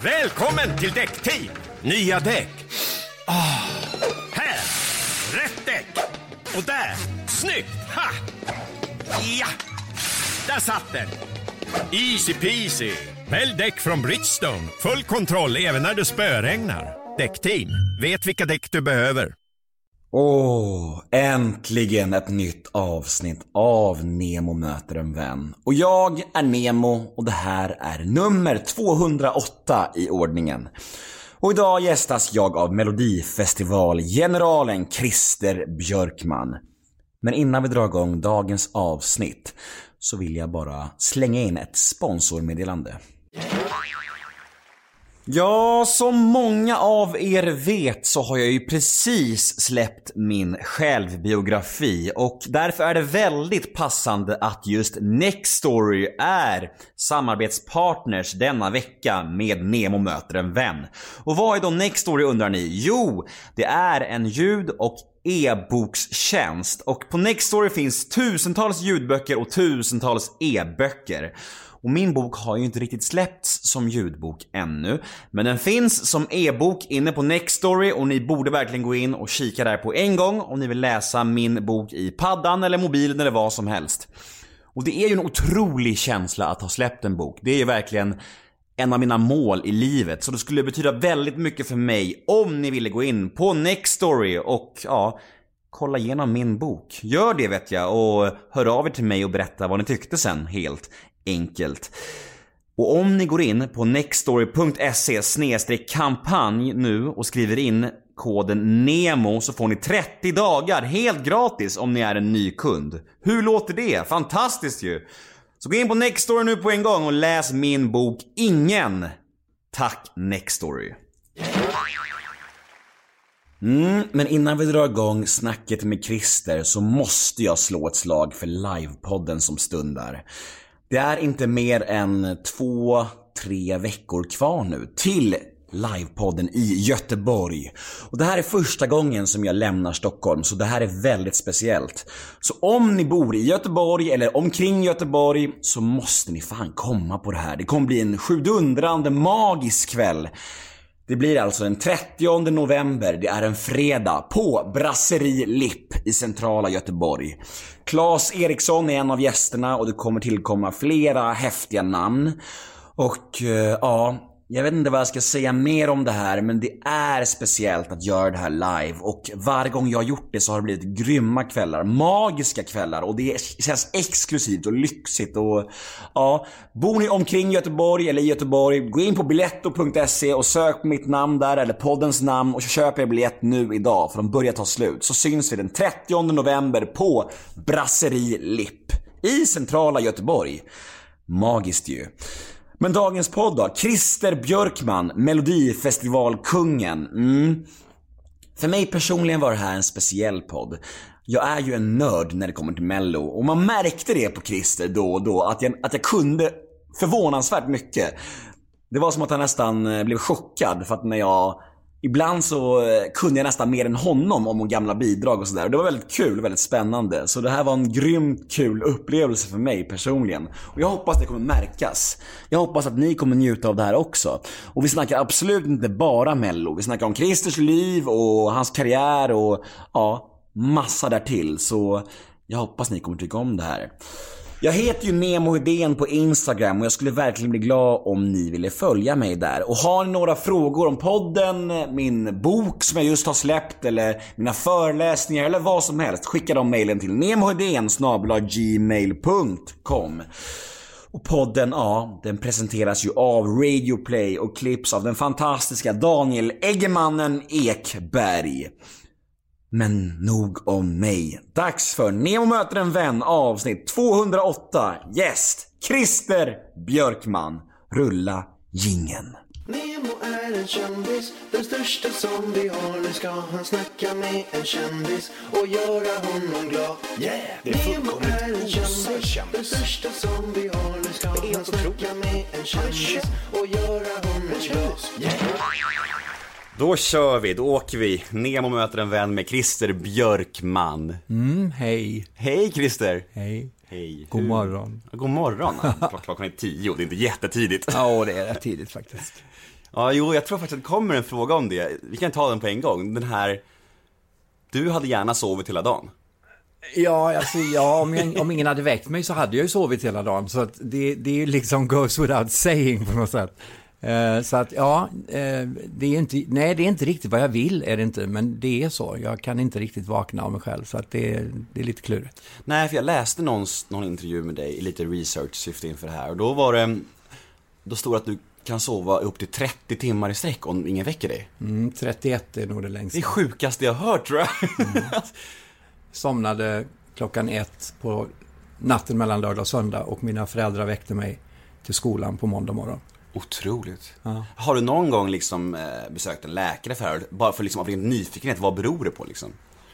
Välkommen till Däckteam. Nya däck. Här, rätt däck. Och där, snyggt. Ha! Ja, där satt den. Easy peasy. Välj däck från Bridgestone. Full kontroll även när det spöregnar. Däckteam, vet vilka däck du behöver. Äntligen ett nytt avsnitt av Nemo möter en vän. Och jag är Nemo och det här är nummer 208 i ordningen. Och idag gästas jag av Melodifestivalgeneralen Christer Björkman. Men innan vi drar igång dagens avsnitt så vill jag bara slänga in ett sponsormeddelande. Ja, som många av er vet så har jag ju precis släppt min självbiografi och därför är det väldigt passande att just Nextory är samarbetspartners denna vecka med Nemo möter en vän. Och vad är då Nextory undrar ni? Jo, det är en ljud- och e-bokstjänst och på Nextory finns tusentals ljudböcker och tusentals e-böcker. Och min bok har ju inte riktigt släppts som ljudbok ännu, men den finns som e-bok inne på Nextory och ni borde verkligen gå in och kika där på en gång om ni vill läsa min bok i paddan eller mobilen eller vad som helst. Och det är ju en otrolig känsla att ha släppt en bok. Det är ju verkligen en av mina mål i livet, så det skulle betyda väldigt mycket för mig om ni ville gå in på Nextory och kolla igenom min bok. Gör det vet jag och hör av er till mig och berätta vad ni tyckte sen, helt enkelt. Och om ni går in på nextory.se/kampanj nu och skriver in koden NEMO så får ni 30 dagar helt gratis om ni är en ny kund. Hur låter det? Fantastiskt ju! Så gå in på Nextory nu på en gång och läs min bok Ingen. Tack Nextory. Men innan vi drar igång snacket med Christer så måste jag slå ett slag för livepodden som stundar. Det är inte mer än 2-3 veckor kvar nu till livepodden i Göteborg. Och det här är första gången som jag lämnar Stockholm, så det här är väldigt speciellt. Så om ni bor i Göteborg eller omkring Göteborg så måste ni fan komma på det här. Det kommer bli en sjudundrande magisk kväll. Det blir alltså den 30 november, det är en fredag, på Brasserie Lipp i centrala Göteborg. Claes Eriksson är en av gästerna och det kommer tillkomma flera häftiga namn. Och jag vet inte vad jag ska säga mer om det här, men det är speciellt att göra det här live. Och varje gång jag har gjort det så har det blivit grymma kvällar, magiska kvällar. Och det känns exklusivt och lyxigt. Och bor ni omkring Göteborg eller i Göteborg, gå in på biletto.se och sök på mitt namn där eller poddens namn och köp er biljett nu idag för de börjar ta slut. Så syns vi den 30 november på Brasserie Lipp i centrala Göteborg. Magiskt ju. Men dagens podd då, Christer Björkman, Melodifestivalkungen. För mig personligen var det här en speciell podd. Jag är ju en nörd när det kommer till Mello och man märkte det på Christer då och då att jag kunde förvånansvärt mycket. Det var som att han nästan blev chockad för att när jag ibland så kunde jag nästan mer än honom om gamla bidrag och sådär. Det var väldigt kul, väldigt spännande. Så det här var en grymt kul upplevelse för mig personligen. Och jag hoppas det kommer märkas. Jag hoppas att ni kommer njuta av det här också. Och vi snackar absolut inte bara Mello. Vi snackar om Christers liv och hans karriär och massa därtill. Så jag hoppas ni kommer tycka om det här. Jag heter ju Nemo Hedén på Instagram och jag skulle verkligen bli glad om ni ville följa mig där. Och har ni några frågor om podden, min bok som jag just har släppt eller mina föreläsningar eller vad som helst, skicka de mejlen till nemohedén@gmail.com. Och podden, den presenteras ju av Radio Play och klipps av den fantastiska Daniel Eggemannen Ekberg. Men nog om mig. Dags för Nemo möter en vän avsnitt 208. Gäst Christer Björkman. Rulla jingeln. Nemo är en kändis, den största som vi har. Nu ska han snacka med en kändis och göra honom glad. Yeah, det är Nemo är en kändis, den största som vi har. Nu ska han snacka med en kändis och göra honom glad. Yeah. Då kör vi, då åker vi. Nemo möter en vän med Christer Björkman. Hej. Hej Christer. Hej. Hej. God morgon. God morgon. Klockan är 10, det är inte jättetidigt. Ja, det är rätt tidigt faktiskt. Ja, jo, jag tror faktiskt att det kommer en fråga om det. Vi kan ta den på en gång. Den här, du hade gärna sovit hela dagen. Ja, alltså, om ingen hade väckt mig så hade jag ju sovit hela dagen. Så att det är ju liksom goes without saying på något sätt. Så att det är inte riktigt vad jag vill, är det inte. Men det är så, jag kan inte riktigt vakna av mig själv. Så att det är lite klurigt. Nej, för jag läste någon intervju med dig i lite research-syfte inför det här. Och då stod det att du kan sova upp till 30 timmar i sträck om ingen väcker dig. 31 är nog det längsta. Det är sjukaste jag har hört, tror jag. Somnade 1:00 på natten mellan lördag och söndag och mina föräldrar väckte mig till skolan på måndag morgon. Otroligt. Ja. Har du någon gång liksom besökt en läkare för bara för liksom av din nyfikenhet, vad beror det på liksom?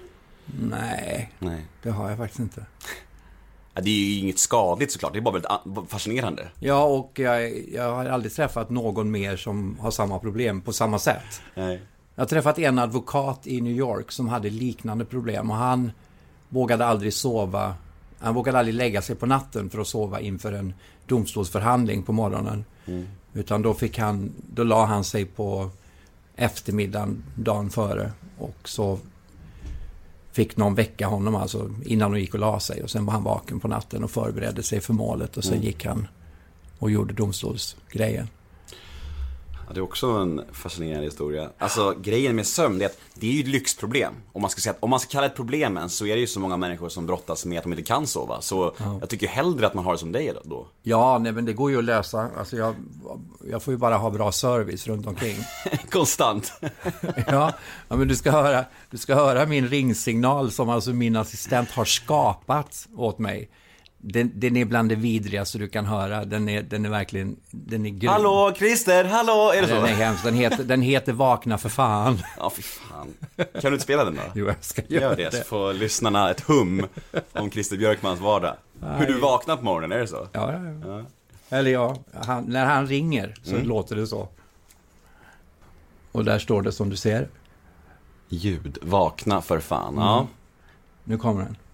Nej, det har jag faktiskt inte. Ja, det är ju inget skadligt såklart, det är bara väldigt fascinerande. Ja, och jag har aldrig träffat någon mer som har samma problem på samma sätt. Nej. Jag har träffat en advokat i New York som hade liknande problem och han vågade aldrig sova. Han vågade aldrig lägga sig på natten för att sova inför en domstolsförhandling på morgonen. Utan då la han sig på eftermiddagen dagen före och så fick någon väcka honom alltså innan de gick och la sig och sen var han vaken på natten och förberedde sig för målet och sen gick han och gjorde domstolsgrejen. Ja, det är också en fascinerande historia. Alltså grejen med sömn är att det är ju ett lyxproblem. Om man ska kalla ett problem så är det ju så många människor som brottas med att de inte kan sova. Så jag tycker hellre att man har det som dig då. Ja, nej, men det går ju att lösa. Alltså jag får ju bara ha bra service runt omkring. Konstant. Ja, men du ska höra min ringsignal som alltså min assistent har skapat åt mig. Den är bland det vidrigaste du kan höra. Den är verkligen, den är grym. Hallå Christer, hallå, är det så? Den är hemskt, den heter Vakna för fan. Ja, fy fan. Kan du inte spela den då? Jo, jag ska göra det. Så får lyssnarna ett hum om Christer Björkmans vardag. Hur du vaknar på morgonen, är det så? Ja. Eller när han ringer så låter det så. Och där står det som du ser. Ljud, vakna för fan, ja. Nu kommer den.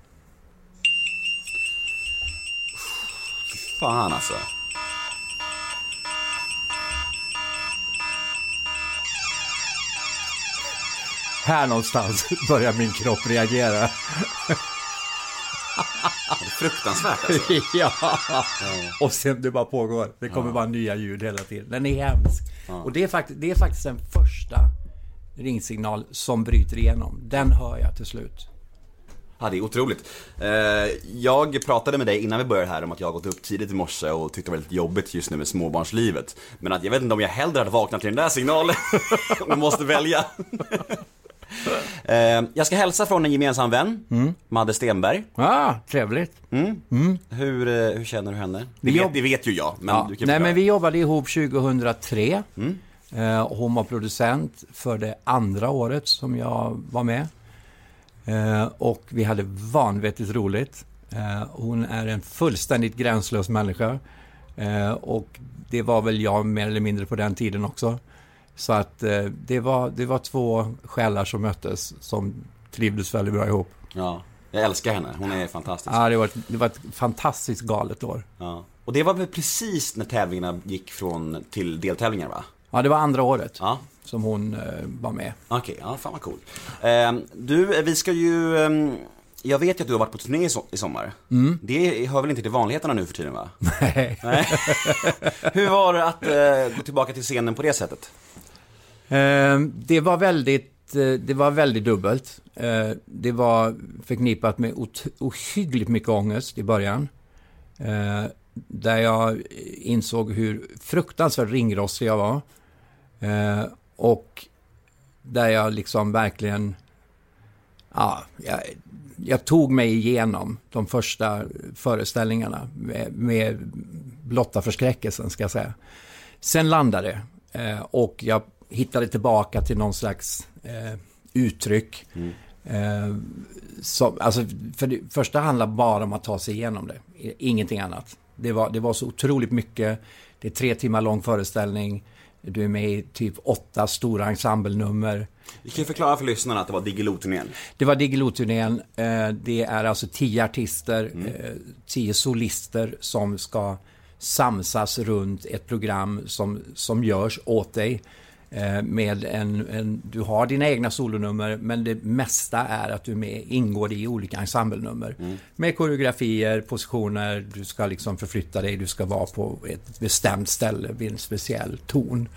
Fan alltså. Här någonstans börjar min kropp reagera. Det är fruktansvärt alltså. Ja. Och sen det bara pågår. Det kommer bara nya ljud hela tiden. Den är hemsk. Och det är faktiskt den första ringsignal som bryter igenom. Den hör jag till slut. Ja, det är otroligt. Jag pratade med dig innan vi började här om att jag har gått upp tidigt i morse och tyckte det var väldigt jobbigt just nu med småbarnslivet. Men att jag vet inte om jag hellre hade vaknat till den där signalen och måste välja. Jag ska hälsa från en gemensam vän, Madde Stenberg. Trevligt. Hur känner du henne? Det vet ju jag, men du kan men vi jobbade ihop 2003. Hon var producent för det andra året som jag var med. Och vi hade vanvettigt roligt. Hon är en fullständigt gränslös människa. Och det var väl jag mer eller mindre på den tiden också. Så att det var två själar som möttes som trivdes väldigt bra ihop. Ja, jag älskar henne. Hon är fantastisk. Ja, det var ett fantastiskt galet år. Ja. Och det var väl precis när tävlingarna gick till deltävlingar, va? Ja, det var andra året som hon var med. Okej, ja, fan vad cool. Vi ska ju... jag vet ju att du har varit på turné i sommar. Det hör väl inte till vanligheterna nu för tiden, va? Nej. Hur var det att gå tillbaka till scenen på det sättet? Det var väldigt dubbelt. Det var förknippat med ohyggligt mycket ångest i början. Där jag insåg hur fruktansvärt ringrostig jag var. Och där jag liksom verkligen jag tog mig igenom de första föreställningarna med blotta förskräckelsen, ska jag säga. Sen landade det och jag hittade tillbaka till någon slags uttryck. Alltså, för det första handlar bara om att ta sig igenom det. Ingenting annat. Det var så otroligt mycket. Det är 3 timmar lång föreställning. Du är med i typ 8 stora ensemblenummer. Vi kan förklara för lyssnarna att det var Diggiloo-turnén. Det var Diggiloo-turnén. Det är alltså 10 artister, 10 solister som ska samsas runt ett program som görs åt dig. Med du har dina egna solonummer, men det mesta är att du ingår i olika ensemblenummer. Med koreografier, positioner, du ska liksom förflytta dig, du ska vara på ett bestämt ställe vid en speciell ton.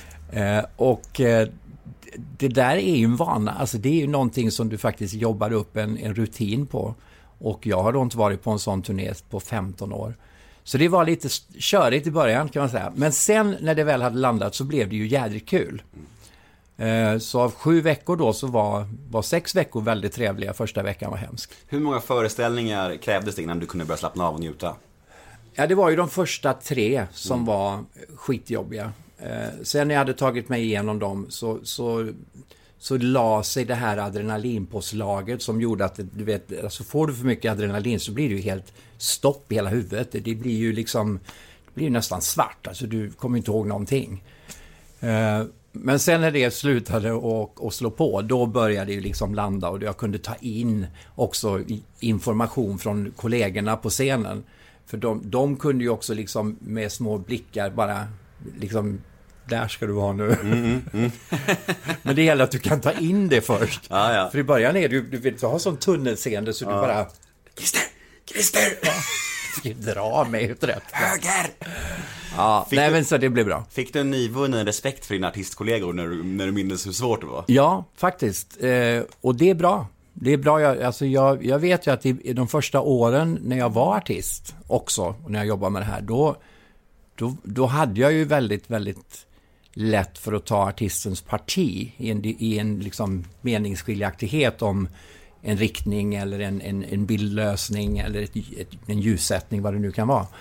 Det där är ju en vana, alltså det är ju någonting som du faktiskt jobbar upp en rutin på. Och jag har då inte varit på en sån turné på 15 år. Så det var lite körigt i början kan man säga. Men sen när det väl hade landat så blev det ju jädrigt kul. Så av 7 veckor då så var 6 veckor väldigt trevliga. Första veckan var hemsk. Hur många föreställningar krävdes det innan du kunde börja slappna av och njuta? Ja, det var ju de första 3 som var skitjobbiga. Sen när jag hade tagit mig igenom dem så la sig det här adrenalinpåslaget som gjorde att du vet, alltså får du för mycket adrenalin så blir det ju helt stopp i hela huvudet. Det blir ju liksom, det blir ju nästan svart, alltså du kommer inte ihåg någonting. Men sen när det slutade och slå på, då började det ju liksom landa och jag kunde ta in också information från kollegorna på scenen. För de kunde ju också liksom med små blickar bara liksom, där ska du vara nu. Men det gäller att du kan ta in det först. Ja. För i början är du vet, du har sån tunnelseende så du bara Christer! Du drar mig ut rätt. Höger! Ja, men så det blev bra. Fick du en nyvunnen respekt för dina artistkollegor när du minns hur svårt det var? Ja, faktiskt. Och det är bra. Det är bra, jag vet ju att i de första åren när jag var artist också, och när jag jobbade med det här, då hade jag ju väldigt, väldigt lätt för att ta artistens parti i en liksom meningsskiljaktighet om en riktning eller en bildlösning eller en ljussättning, vad det nu kan vara.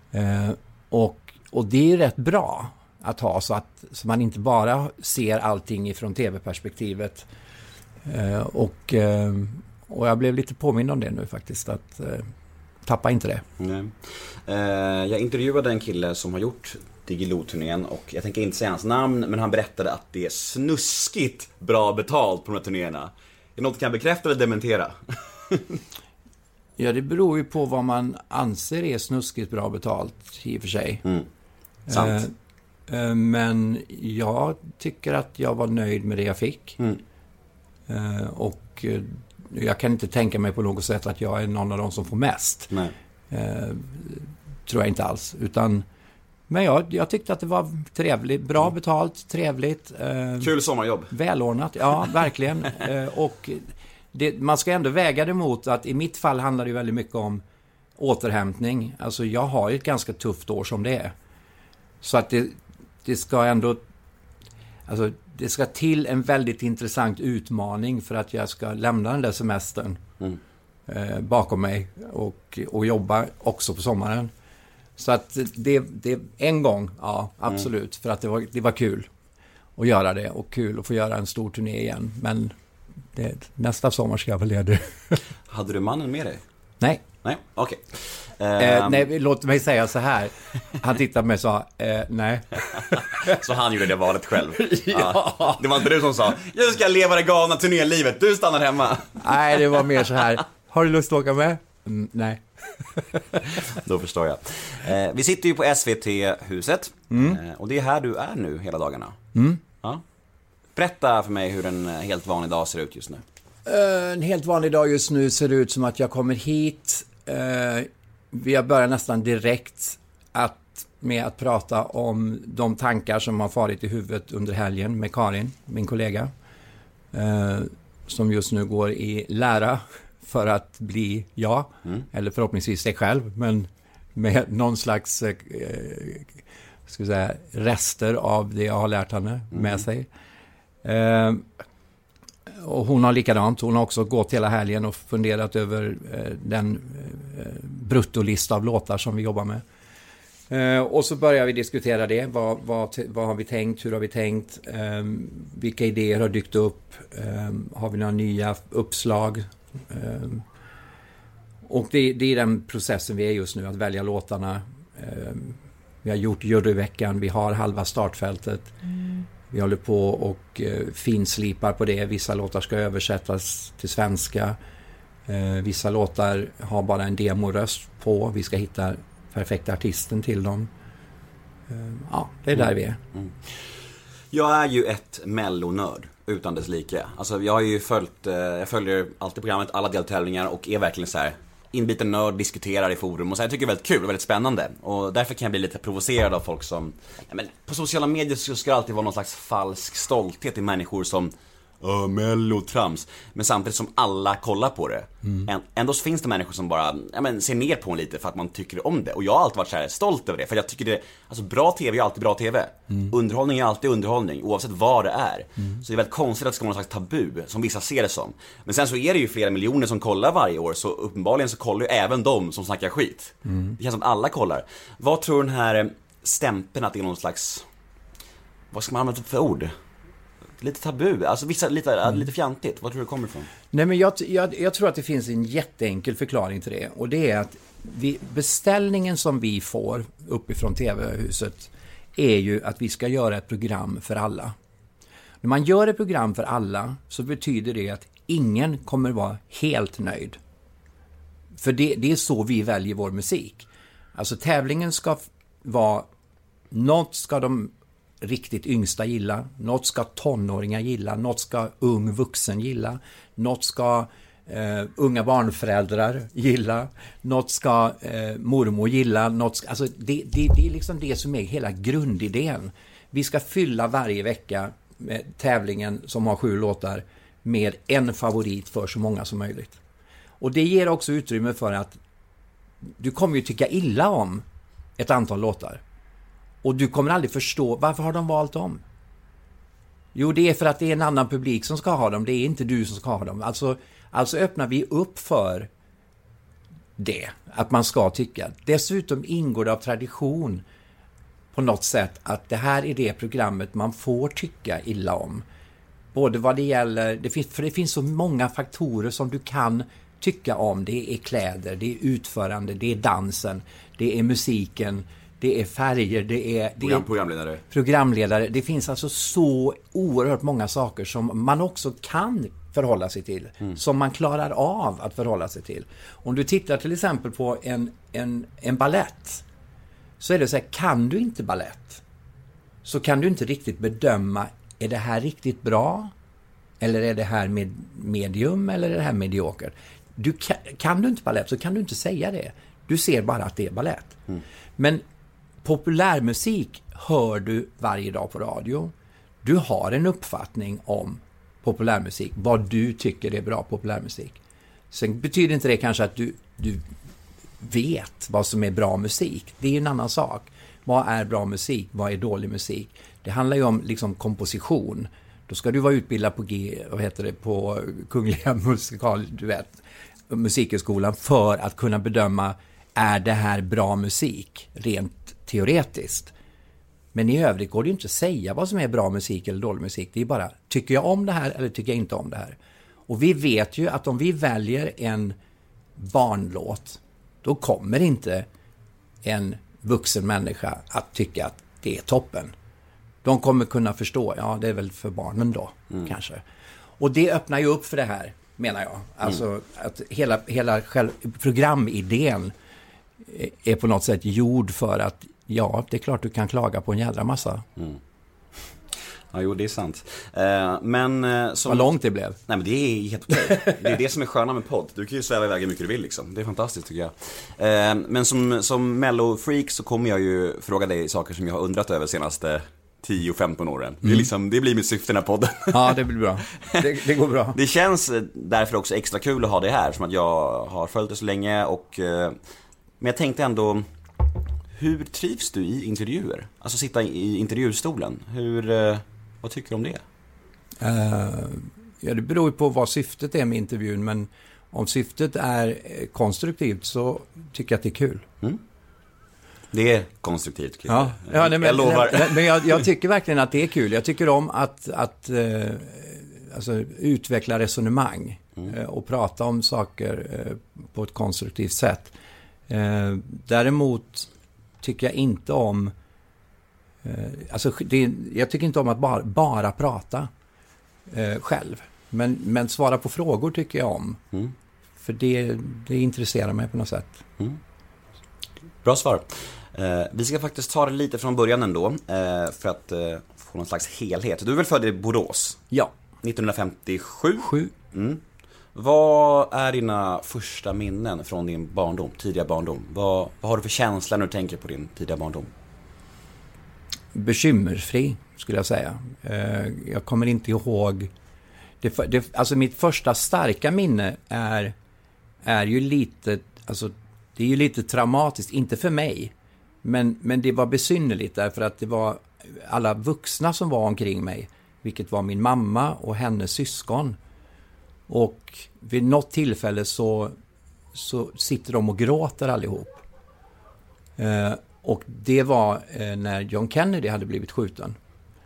Och det är rätt bra att ha så man inte bara ser allting ifrån tv-perspektivet. Och jag blev lite påmind om det nu faktiskt, att tappa inte det. Nej. Jag intervjuade en kille som har gjort Diggiloo-turnén och jag tänker inte säga hans namn, men han berättade att det är snuskigt bra betalt på de här turnéerna. Är det något du kan bekräfta eller dementera? Ja, det beror ju på vad man anser är snuskigt bra betalt i och för sig. Sant. Men jag tycker att jag var nöjd med det jag fick. Och jag kan inte tänka mig på något sätt att jag är någon av dem som får mest. Nej. Tror jag inte alls. Men jag tyckte att det var trevligt, bra betalt, trevligt. Kul sommarjobb. Välordnat, ja, verkligen. Och man ska ändå väga det mot att i mitt fall handlar det ju väldigt mycket om återhämtning. Alltså jag har ju ett ganska tufft år som det är. Så att det ska ändå... Alltså det ska till en väldigt intressant utmaning för att jag ska lämna den där semestern bakom mig och jobba också på sommaren. Så att det en gång, ja, absolut. För att det var kul att göra det och kul att få göra en stor turné igen. Men nästa sommar ska jag väl leda. Hade du mannen med dig? Nej. Nej, okej. Nej, låt mig säga så här. Han tittade på mig och sa, nej. Så han gjorde det valet själv. Ja. Det var inte du som sa, jag ska leva det galna turnélivet, du stannar hemma. Nej, det var mer så här, har du lust att åka med? Nej. Då förstår jag. Vi sitter ju på SVT-huset. Och det är här du är nu hela dagarna. Ja. Berätta för mig hur en helt vanlig dag ser ut just nu. En helt vanlig dag just nu ser ut som att jag kommer hit. Vi har börjat nästan direkt med att prata om de tankar som har farit i huvudet under helgen med Karin, min kollega. Som just nu går i lära för att bli jag. Eller förhoppningsvis sig själv. Men med någon slags ska vi säga, rester av det jag har lärt henne med sig. Och hon har likadant. Hon har också gått hela helgen och funderat över den bruttolista av låtar som vi jobbar med. Och så börjar vi diskutera det. Vad har vi tänkt? Hur har vi tänkt? Vilka idéer har dykt upp? Har vi några nya uppslag? Och det är den processen vi är just nu, att välja låtarna. Vi har gjort juryveckan. Vi har halva startfältet. Vi håller på och finslipar på det. Vissa låtar ska översättas till svenska. Vissa låtar har bara en demoröst på. Vi ska hitta perfekta artisten till dem. Ja, det är där vi är. Jag är ju ett mellonörd utan dess like. Alltså jag har ju jag följer alltid programmet, alla deltävlingar och är verkligen så här inbiten nörd, diskuterar i forum och så här, jag tycker det är väldigt kul och väldigt spännande. Och därför kan jag bli lite provocerad av folk som men på sociala medier så ska det alltid vara någon slags falsk stolthet i människor som mellotrams, men samtidigt som alla kollar på det. Ändå så finns det människor som bara ser ner på en lite för att man tycker om det. Och jag har alltid varit så här stolt över det, för jag tycker det, alltså bra tv är alltid bra tv. Underhållning är alltid underhållning, oavsett vad det är. Så det är väldigt konstigt att det ska vara någon slags tabu som vissa ser det som. Men sen så är det ju flera miljoner som kollar varje år, så uppenbarligen så kollar ju även de som snackar skit. Det känns som att alla kollar. Vad tror den här stämpeln att det är någon slags, vad ska man använda för ord? Lite tabu, alltså vissa lite fjantigt. Vad tror du det kommer ifrån? Nej, men jag tror att det finns en jätteenkel förklaring till det. Och det är att beställningen som vi får uppifrån tv-huset är ju att vi ska göra ett program för alla. När man gör ett program för alla så betyder det att ingen kommer vara helt nöjd. För det är så vi väljer vår musik. Alltså tävlingen ska vara, något ska de riktigt yngsta gilla, något ska tonåringar gilla, något ska ung vuxen gilla, något ska unga barnföräldrar gilla, något ska mormor gilla, alltså det är liksom det som är hela grundidén. Vi ska fylla varje vecka med tävlingen som har 7 låtar med en favorit för så många som möjligt. Och det ger också utrymme för att du kommer ju tycka illa om ett antal låtar. Och du kommer aldrig förstå, varför har de valt dem? Jo, det är för att det är en annan publik som ska ha dem. Det är inte du som ska ha dem. Alltså öppnar vi upp för det, att man ska tycka. Dessutom ingår det av tradition på något sätt att det här är det programmet man får tycka illa om. Både vad det gäller, för det finns så många faktorer som du kan tycka om. Det är kläder, det är utförande, det är dansen, det är musiken, det är färger, det är programledare. Det finns alltså så oerhört många saker som man också kan förhålla sig till. Som man klarar av att förhålla sig till. Om du tittar till exempel på en ballett, så är det så här, kan du inte ballett så kan du inte riktigt bedöma, är det här riktigt bra? Eller är det här medium? Eller är det här mediokert? Kan du inte ballett så kan du inte säga det. Du ser bara att det är ballett. Men populärmusik hör du varje dag på radio. Du har en uppfattning om populärmusik, vad du tycker är bra populärmusik. Sen betyder inte det kanske att du vet vad som är bra musik. Det är en annan sak. Vad är bra musik? Vad är dålig musik? Det handlar ju om liksom komposition. Då ska du vara utbildad på Kungliga musikhögskolan för att kunna bedöma, är det här bra musik rent teoretiskt. Men i övrigt går det inte att säga vad som är bra musik eller dålig musik. Det är bara, tycker jag om det här eller tycker jag inte om det här? Och vi vet ju att om vi väljer en barnlåt, då kommer inte en vuxen människa att tycka att det är toppen. De kommer kunna förstå, ja det är väl för barnen då, kanske. Och det öppnar ju upp för det här, menar jag. Alltså att hela programidén är på något sätt gjord för att, ja, det är klart du kan klaga på en jädra massa. Ja, jo, det är sant. Men vad långt det blev. Nej, men det är helt okej. Det är det som är sköna med podd. Du kan ju sväva iväg hur mycket du vill liksom. Det är fantastiskt tycker jag. Men som Mello-freak så kommer jag ju fråga dig saker som jag har undrat över senaste 10-15 åren. Det blir mitt syfte i den här podden. Ja, det blir bra. Det går bra. Det känns därför också extra kul att ha det här, som att jag har följt det så länge. Men jag tänkte ändå, hur trivs du i intervjuer? Alltså sitta i intervjustolen. Vad tycker du om det? Ja, det beror ju på vad syftet är med intervjun. Men om syftet är konstruktivt så tycker jag att det är kul. Det är konstruktivt kul. Ja, nej, jag lovar. Men jag tycker verkligen att det är kul. Jag tycker om att alltså, utveckla resonemang och prata om saker på ett konstruktivt sätt. Däremot tycker jag inte om jag tycker inte om att bara prata själv. Men svara på frågor tycker jag om. För det intresserar mig på något sätt. Bra svar. Vi ska faktiskt ta det lite från början ändå, för att få någon slags helhet. Du är väl född i Borås? Ja. 1957? 7. Vad är dina första minnen från din barndom, tidiga barndom? Vad har du för känsla när du tänker på din tidiga barndom? Bekymmersfri, skulle jag säga. Jag kommer inte ihåg... Alltså mitt första starka minne är ju lite... Alltså, det är ju lite traumatiskt, inte för mig. Men det var besynnerligt därför att det var alla vuxna som var omkring mig. Vilket var min mamma och hennes syskon. Och vid något tillfälle så sitter de och gråter allihop. Och det var när John Kennedy hade blivit skjuten.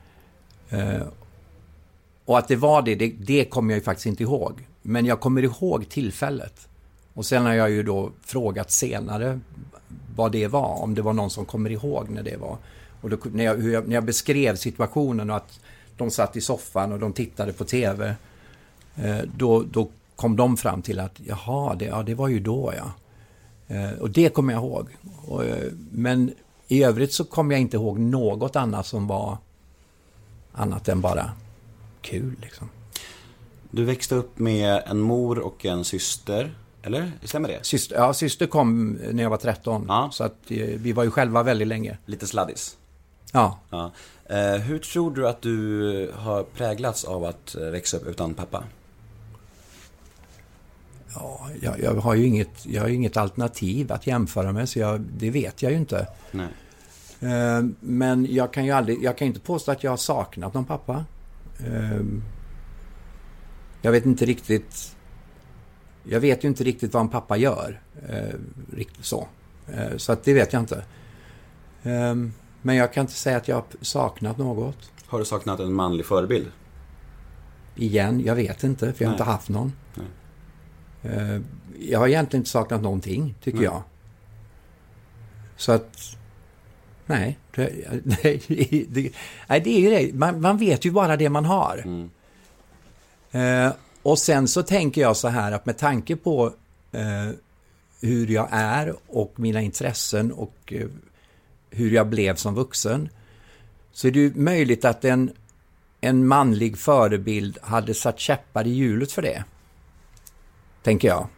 Och att det var det kommer jag ju faktiskt inte ihåg. Men jag kommer ihåg tillfället. Och sen har jag ju då frågat senare vad det var. Om det var någon som kommer ihåg när det var. Och då, när jag beskrev situationen och att de satt i soffan och de tittade på tv. Då kom de fram till att det var ju då, ja. Och det kommer jag ihåg. Men i övrigt så kommer jag inte ihåg något annat som var annat än bara kul liksom. Du växte upp med en mor och en syster, eller? Stämmer det? Syster kom när jag var 13. Ja. Så att vi var ju själva väldigt länge. Lite sladdis. Ja. Hur tror du att du har präglats av att växa upp utan pappa? Ja, jag har ju inget alternativ att jämföra med, så det vet jag ju inte. Nej. Men jag kan inte påstå att jag har saknat någon pappa. Jag vet ju inte riktigt vad en pappa gör. Riktigt så. Så att det vet jag inte. Men jag kan inte säga att jag har saknat något. Har du saknat en manlig förebild? Igen, jag vet inte, för jag har inte haft någon. Nej. Jag har egentligen inte saknat någonting, tycker jag. Så att nej, det är ju det. Man vet ju bara det man har. Och sen så tänker jag så här att med tanke på hur jag är och mina intressen och hur jag blev som vuxen, så är det ju möjligt att en manlig förebild hade satt käppar i hjulet för det. Tänker jag.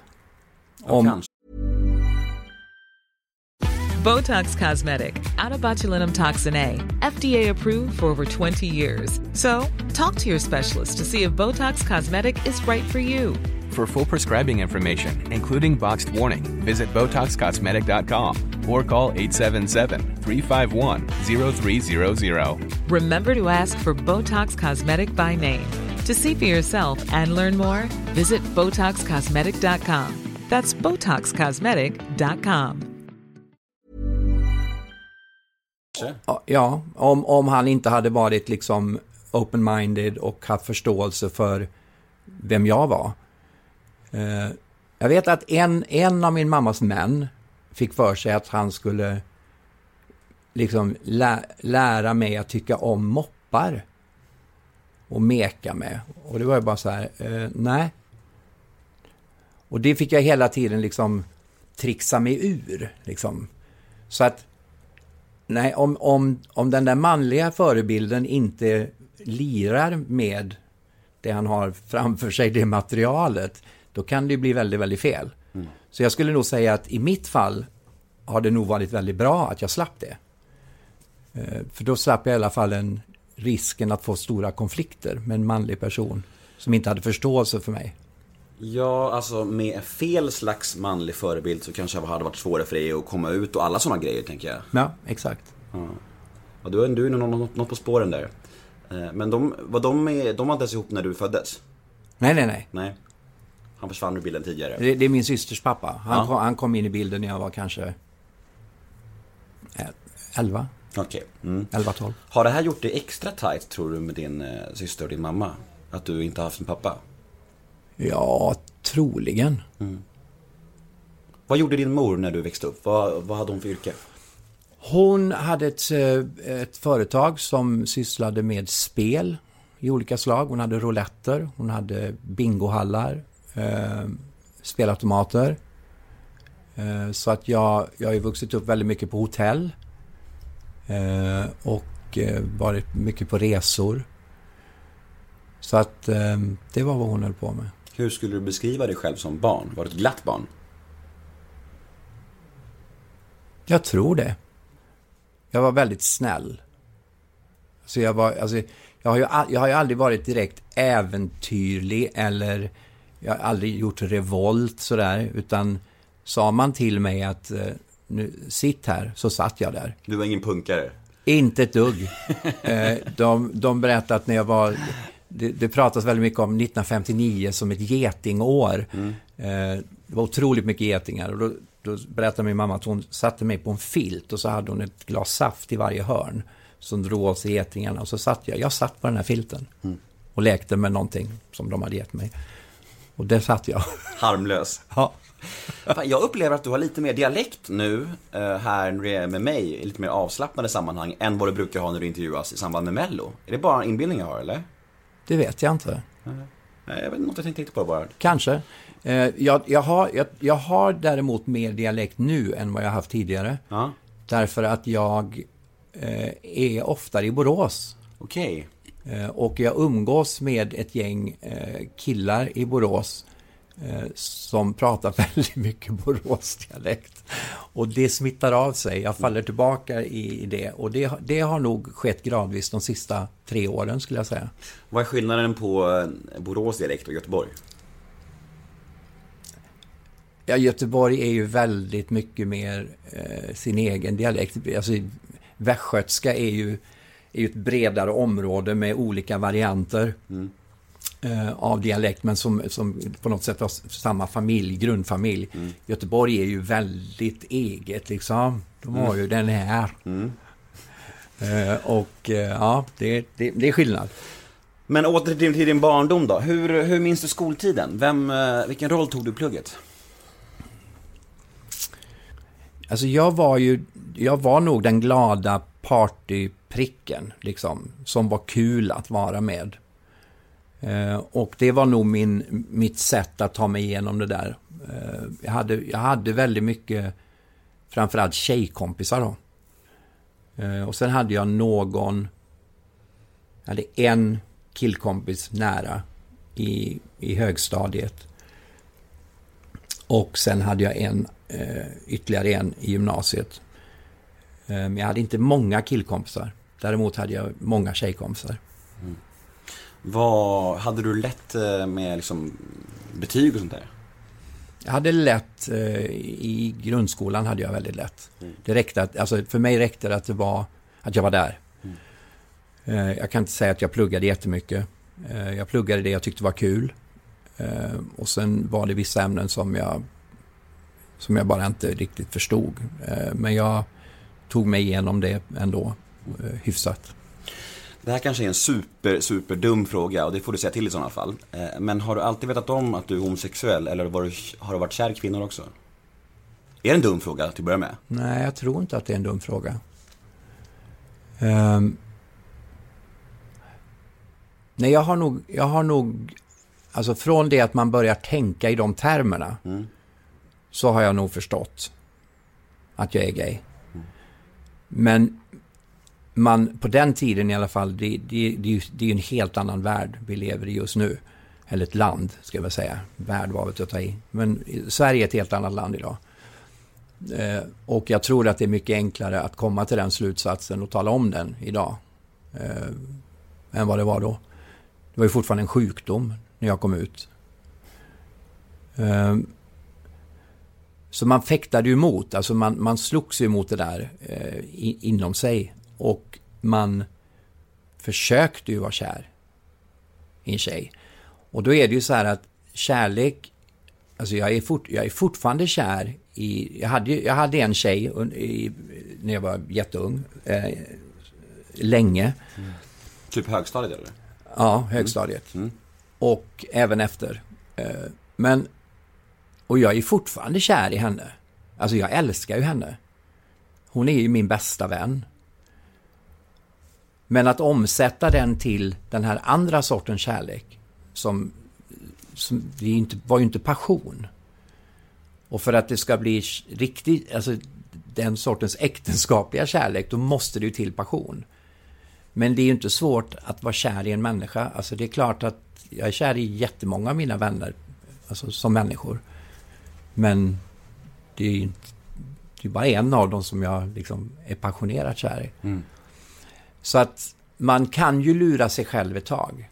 Botox Cosmetic, out of botulinum toxin A, FDA approved for over 20 years. So, talk to your specialist to see if Botox Cosmetic is right for you. For full prescribing information, including boxed warning, visit BotoxCosmetic.com or call 877-351-0300. Remember to ask for Botox Cosmetic by name. To see for yourself and learn more, visit BotoxCosmetic.com. That's BotoxCosmetic.com. Ja, om han inte hade varit liksom open-minded och haft förståelse för vem jag var. Jag vet att en av min mammas män fick för sig att han skulle liksom lära mig att tycka om moppar och meka med. Och det var ju bara så här, nej. Och det fick jag hela tiden liksom trixa mig ur. Liksom. Så att, nej, om den där manliga förebilden inte lirar med det han har framför sig, det materialet, då kan det bli väldigt, väldigt fel. Så jag skulle nog säga att i mitt fall har det nog varit väldigt bra att jag slapp det. För då slapp jag i alla fall risken att få stora konflikter med en manlig person som inte hade förståelse för mig. Ja, alltså med fel slags manlig förebild så kanske det hade varit svårare för dig att komma ut och alla sådana grejer, tänker jag. Ja, exakt. Ja, du är något på spåren där. Men de var inte ens ihop när du föddes? Nej. Han försvann ur bilden tidigare. Det är min systers pappa. Han kom in i bilden när jag var kanske 11. Okej. 11-12. Har det här gjort dig extra tight, tror du, med din syster och din mamma? Att du inte har haft en pappa? Ja, troligen. Vad gjorde din mor när du växte upp? Vad hade hon för yrke? Hon hade ett företag som sysslade med spel i olika slag. Hon hade rouletter, hon hade bingohallar, spelautomater. Så att jag har ju vuxit upp väldigt mycket på hotell. Och varit mycket på resor. Så att det var vad hon höll på med. Hur skulle du beskriva dig själv som barn? Var du ett glatt barn? Jag tror det. Jag var väldigt snäll. Så jag har ju aldrig varit direkt äventyrlig eller jag har aldrig gjort revolt sådär, utan sa man till mig att nu sitt här, så satt jag där. Du var ingen punkare? Inte ett dugg. De berättade att när jag var... Det pratas väldigt mycket om 1959 som ett getingår. Det var otroligt mycket getingar. Och då berättade min mamma att hon satte mig på en filt och så hade hon ett glas saft i varje hörn som drog åt sig getingarna. Och så satt jag satt på den här filten och lekte med någonting som de hade gett mig. Och där satt jag. Harmlös. Ja. Jag upplever att du har lite mer dialekt nu här när du är med mig i lite mer avslappnade sammanhang än vad du brukar ha när du intervjuas i samband med Mello. Är det bara en inbildning jag har, eller? Det vet jag inte. Nej, jag vet inte, jag tänkte inte på det bara. Kanske. Jag har däremot mer dialekt nu än vad jag haft tidigare. Ja. Därför att jag är oftare i Borås. Okej. Och jag umgås med ett gäng killar i Borås som pratar väldigt mycket Boråsdialekt. Och det smittar av sig. Jag faller tillbaka i det. Och det har nog skett gradvis de sista 3 åren skulle jag säga. Vad är skillnaden på Boråsdialekt och Göteborg? Ja, Göteborg är ju väldigt mycket mer sin egen dialekt. Alltså, västgötska är ju ett bredare område med olika varianter av dialekt, men som på något sätt har samma familj, grundfamilj. Göteborg är ju väldigt eget liksom. De har ju den här. Ja, det är skillnad. Men åter till din barndom då. Hur minns du skoltiden? Vilken roll tog du i plugget? Alltså jag var nog den glada partypricken liksom, som var kul att vara med. Och det var nog mitt sätt att ta mig igenom det där. Jag hade väldigt mycket, framförallt tjejkompisar då. Och sen hade jag en killkompis nära i högstadiet. Och sen hade jag ytterligare en i gymnasiet. Men jag hade inte många killkompisar. Däremot hade jag många tjejkompisar. Vad hade du lätt med liksom betyg och sånt där? Jag hade lätt i grundskolan hade jag väldigt lätt. Det räckte för mig räckte det att jag var där. Jag kan inte säga att jag pluggade jättemycket. Jag pluggade det jag tyckte var kul. Och sen var det vissa ämnen som jag bara inte riktigt förstod. Men jag tog mig igenom det ändå hyfsat. Det här kanske är en super dum fråga och det får du säga till i sådana fall. Men har du alltid vetat om att du är homosexuell eller har du varit kär i kvinnor också? Är det en dum fråga till att börja med? Nej, jag tror inte att det är en dum fråga. Nej, jag har nog alltså från det att man börjar tänka i de termerna så har jag nog förstått att jag är gay. Men på den tiden i alla fall, det är en helt annan värld vi lever i just nu. Eller ett land, ska jag väl säga. Värld var väl att ta i. Men Sverige är ett helt annat land idag. Och jag tror att det är mycket enklare att komma till den slutsatsen och tala om den idag. Än vad det var då. Det var ju fortfarande en sjukdom när jag kom ut. Så man fäktade ju emot. Alltså man slogs ju emot det där inom sig. Och man försökte ju vara kär i en tjej. Och då är det ju så här att kärlek, alltså jag är fortfarande kär i, jag hade en tjej när jag var jätteung, länge. Typ högstadiet eller? Ja, högstadiet. Och även efter. Och jag är fortfarande kär i henne. Alltså jag älskar ju henne. Hon är ju min bästa vän. Men att omsätta den till den här andra sortens kärlek som var ju inte passion. Och för att det ska bli riktigt, alltså den sortens äktenskapliga kärlek, då måste det ju till passion. Men det är ju inte svårt att vara kär i en människa. Alltså det är klart att jag är kär i jättemånga av mina vänner, alltså som människor. Men det är ju inte, det är bara en av dem som jag liksom är passionerat kär i. Mm. Så att man kan ju lura sig själv ett tag.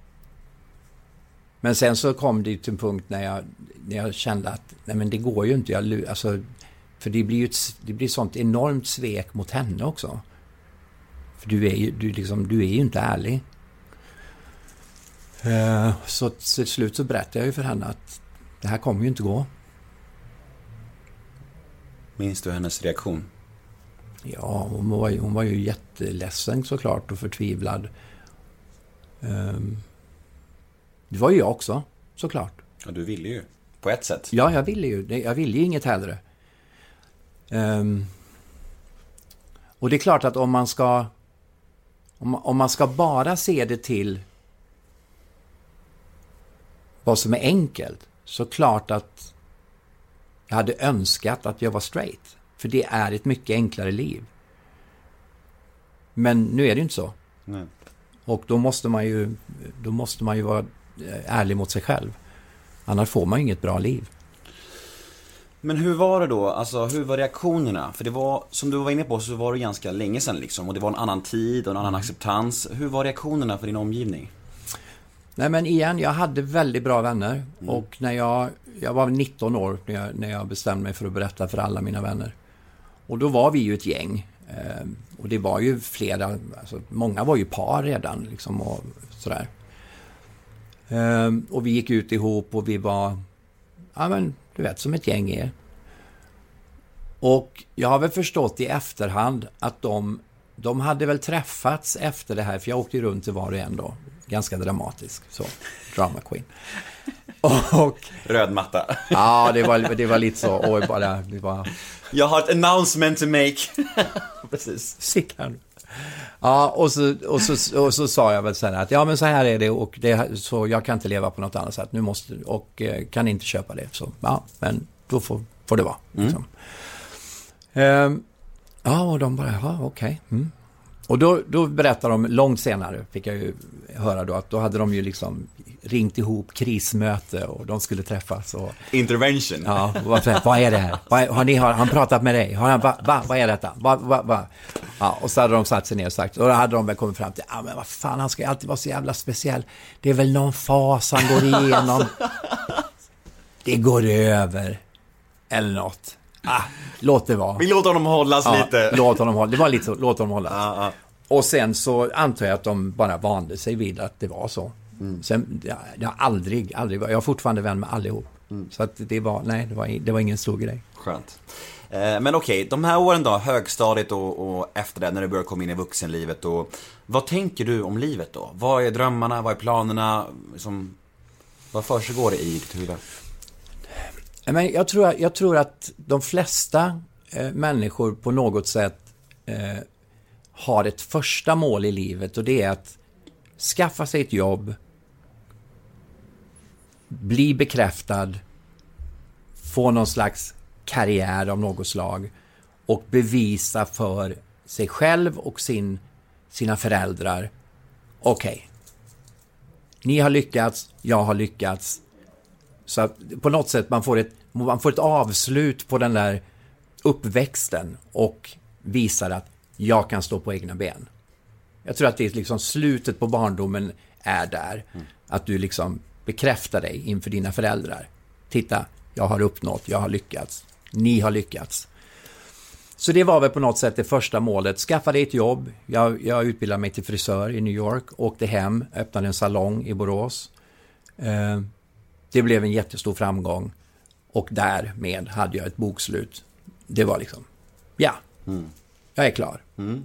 Men sen så kom det till en punkt när jag kände att nej, men det går ju inte. Alltså, för det blir sånt enormt svek mot henne också. För du är ju inte ärlig. Så till slut så berättade jag ju för henne att det här kommer ju inte gå. Minns du hennes reaktion? Ja, hon var ju jätteledsen såklart och förtvivlad. Det var ju jag också, såklart. Ja, du ville ju, på ett sätt. Ja, jag ville ju inget hellre. Och det är klart att om man ska bara se det till vad som är enkelt, så klart att jag hade önskat att jag var straight. För det är ett mycket enklare liv. Men nu är det inte så. Nej. Och då måste man ju vara ärlig mot sig själv. Annars får man ju inget bra liv. Men hur var det då? Alltså hur var reaktionerna? För det var, som du var inne på, så var det ganska länge sedan liksom. Och det var en annan tid och en annan acceptans. Hur var reaktionerna för din omgivning? Nej, men igen, jag hade väldigt bra vänner. Och när jag var 19 år när jag bestämde mig för att berätta för alla mina vänner. Och då var vi ju ett gäng. Och det var ju flera, alltså många var ju par redan liksom och sådär. Och vi gick ut ihop och vi var, ja men du vet, som ett gäng är. Och jag har väl förstått i efterhand att de hade väl träffats efter det här, för jag åkte ju runt till var och en då. Ganska dramatisk, så, drama queen. Och röd matta. Ja, det var lite så. Och det var... Jag har ett announcement to make. Precis. Sickar. Ja, och så sa jag väl så här att ja, men så här är det och så jag kan inte leva på något annat sätt. Nu måste och kan inte köpa det. Så ja, men då får det vara. Liksom. Ja, och de bara, ja, okej. Mm. Och då berättar de, långt senare fick jag ju höra då, att då hade de ju liksom ringt ihop krismöte och de skulle träffas. Och, intervention. Ja, vad är det här? Har han pratat med dig? Vad är detta? Ja, och så hade de satt sig ner och sagt, och då hade de väl kommit fram till, ja men vad fan, han ska ju alltid vara så jävla speciell. Det är väl någon fas han går igenom. Det går över. Eller något. Låt det vara. Vi låter honom hållas lite. Låt honom hållas. Det var lite så, låt honom hållas. Och sen så antar jag att de bara vande sig vid att det var så. Sen, jag har aldrig, jag har fortfarande vän med allihop. Så att det var ingen stor grej. Skönt. Men okej, de här åren då, högstadiet och efter det, när du börjar komma in i vuxenlivet, och vad tänker du om livet då? Vad är drömmarna, vad är planerna? Vad försiggår det i ditt huvud? Men jag tror att de flesta människor på något sätt har ett första mål i livet, och det är att skaffa sig ett jobb, bli bekräftad, få någon slags karriär av något slag och bevisa för sig själv och sina föräldrar, okej, ni har lyckats, jag har lyckats. Så att på något sätt man får ett avslut på den där uppväxten och visar att jag kan stå på egna ben. Jag tror att det är liksom slutet på barndomen är där. Att du liksom bekräftar dig inför dina föräldrar. Titta, jag har uppnått, jag har lyckats. Ni har lyckats. Så det var väl på något sätt det första målet. Skaffa dig ett jobb. Jag utbildade mig till frisör i New York. Åkte hem, öppnade en salong i Borås. Det blev en jättestor framgång. Och därmed hade jag ett bokslut. Det var liksom, jag är klar.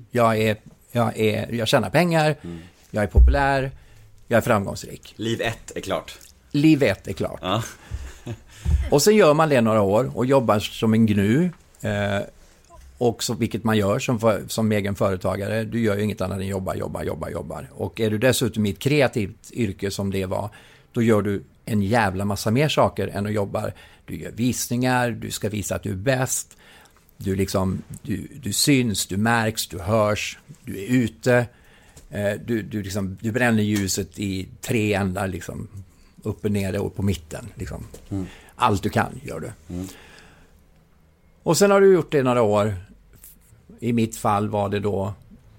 Jag tjänar pengar. Jag är populär. Jag är framgångsrik. Liv 1 är klart. Liv 1 är klart. Ja. Och sen gör man det några år och jobbar som en gnu. Och så, vilket man gör som egen företagare. Du gör ju inget annat än jobbar. Och är du dessutom i ett kreativt yrke som det var, då gör du en jävla massa mer saker än att jobba. Du gör visningar, du ska visa att du är bäst. Du syns, du märks, du hörs, du är ute. Du bränner ljuset i 3 ändar, liksom, uppe, nere och på mitten. Liksom. Allt du kan gör du. Och sen har du gjort det några år. I mitt fall var det då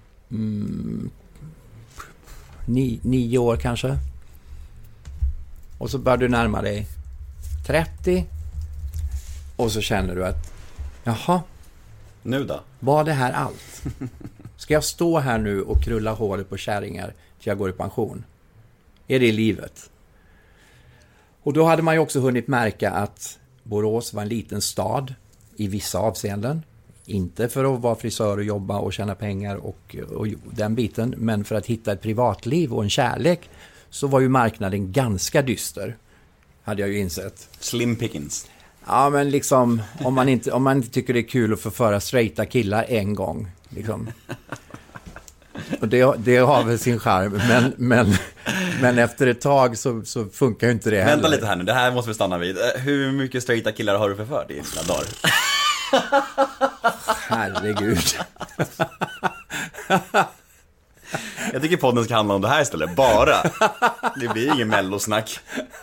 9 år kanske. Och så börjar du närma dig 30. Och så känner du att jaha, nu då? var det här allt? Ska jag stå här nu och krulla håret på kärringar till jag går i pension? Är det livet? Och då hade man ju också hunnit märka att Borås var en liten stad i vissa avseenden. Inte för att vara frisör och jobba och tjäna pengar och den biten, men för att hitta ett privatliv och en kärlek, så var ju marknaden ganska dyster, hade jag ju insett. Slim pickings. Ja, men liksom, om man inte tycker det är kul att förföra straighta killar en gång, liksom. Och det har väl sin charm, men efter ett tag så funkar ju inte det heller. Vänta lite här nu, det här måste vi stanna vid. Hur mycket straighta killar har du förfört i dina dagar? Herregud. Jag tycker podden ska handla om det här istället, bara. Det blir ingen mellosnack.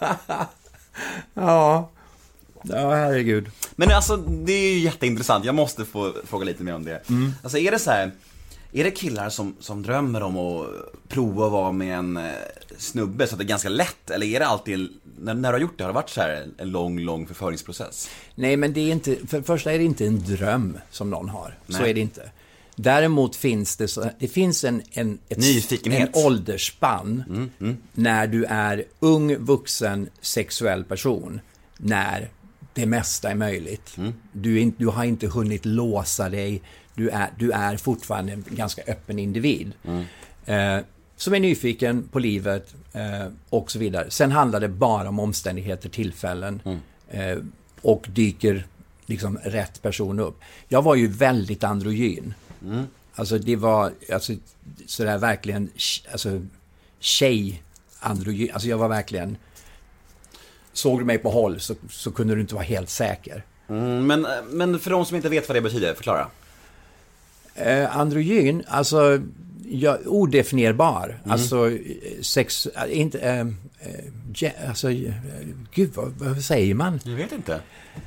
Ja, herregud. Men alltså, det är ju jätteintressant. Jag måste få fråga lite mer om det. Alltså, är det så här, är det killar som drömmer om att prova att vara med en snubbe så att det är ganska lätt? Eller är det alltid, när du har gjort det, har det varit så här en lång förföringsprocess? Nej, men det är inte, för det första är det inte en dröm som någon har. Nej. Så är det inte. Däremot finns det finns en åldersspann när du är ung, vuxen, sexuell person, när det mesta är möjligt. Du har inte hunnit låsa dig. Du är fortfarande en ganska öppen individ. Som är nyfiken på livet och så vidare. Sen handlar det bara om omständigheter, tillfällen och dyker liksom rätt person upp. Jag var ju väldigt androgyn. Alltså det var sådär verkligen tjej-androgyn. Alltså jag var verkligen, såg du mig på håll så kunde du inte vara helt säker. Men för de som inte vet vad det betyder, förklara. Androgyn, alltså odefinierbar. Alltså gud, vad säger man? Jag vet inte.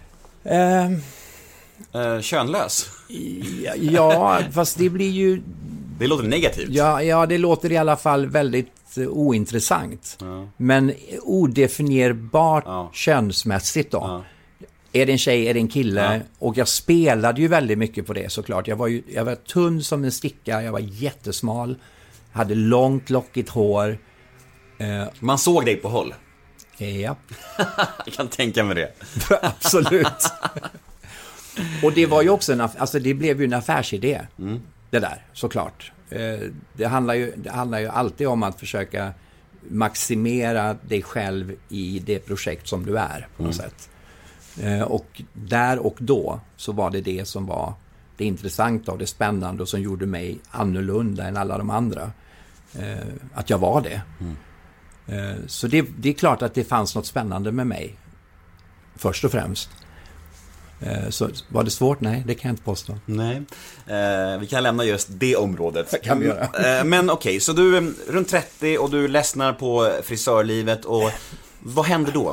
Könlös. Ja, fast det blir ju... Det låter negativt. Ja, det låter i alla fall väldigt ointressant. Men odefinierbart könsmässigt då. Är det en tjej, är det en kille? Och jag spelade ju väldigt mycket på det, såklart. Jag var tunn som en sticka, jag var jättesmal, hade långt lockigt hår. Man såg dig på håll. Ja. Jag kan tänka mig det. Absolut. Och det var ju också det blev ju en affärsidé. Det där, såklart. Det handlar ju alltid om att försöka maximera dig själv i det projekt som du är på något sätt. Och där och då så var det som var det intressanta och det spännande och som gjorde mig annorlunda än alla de andra. Att jag var det. Så det är klart att det fanns något spännande med mig. Först och främst. Så var det svårt? Nej, det kan jag inte påstå. Nej, vi kan lämna just det området. Det kan vi göra. Men okej, så du är runt 30 och du ledsnar på frisörlivet. Och vad händer då?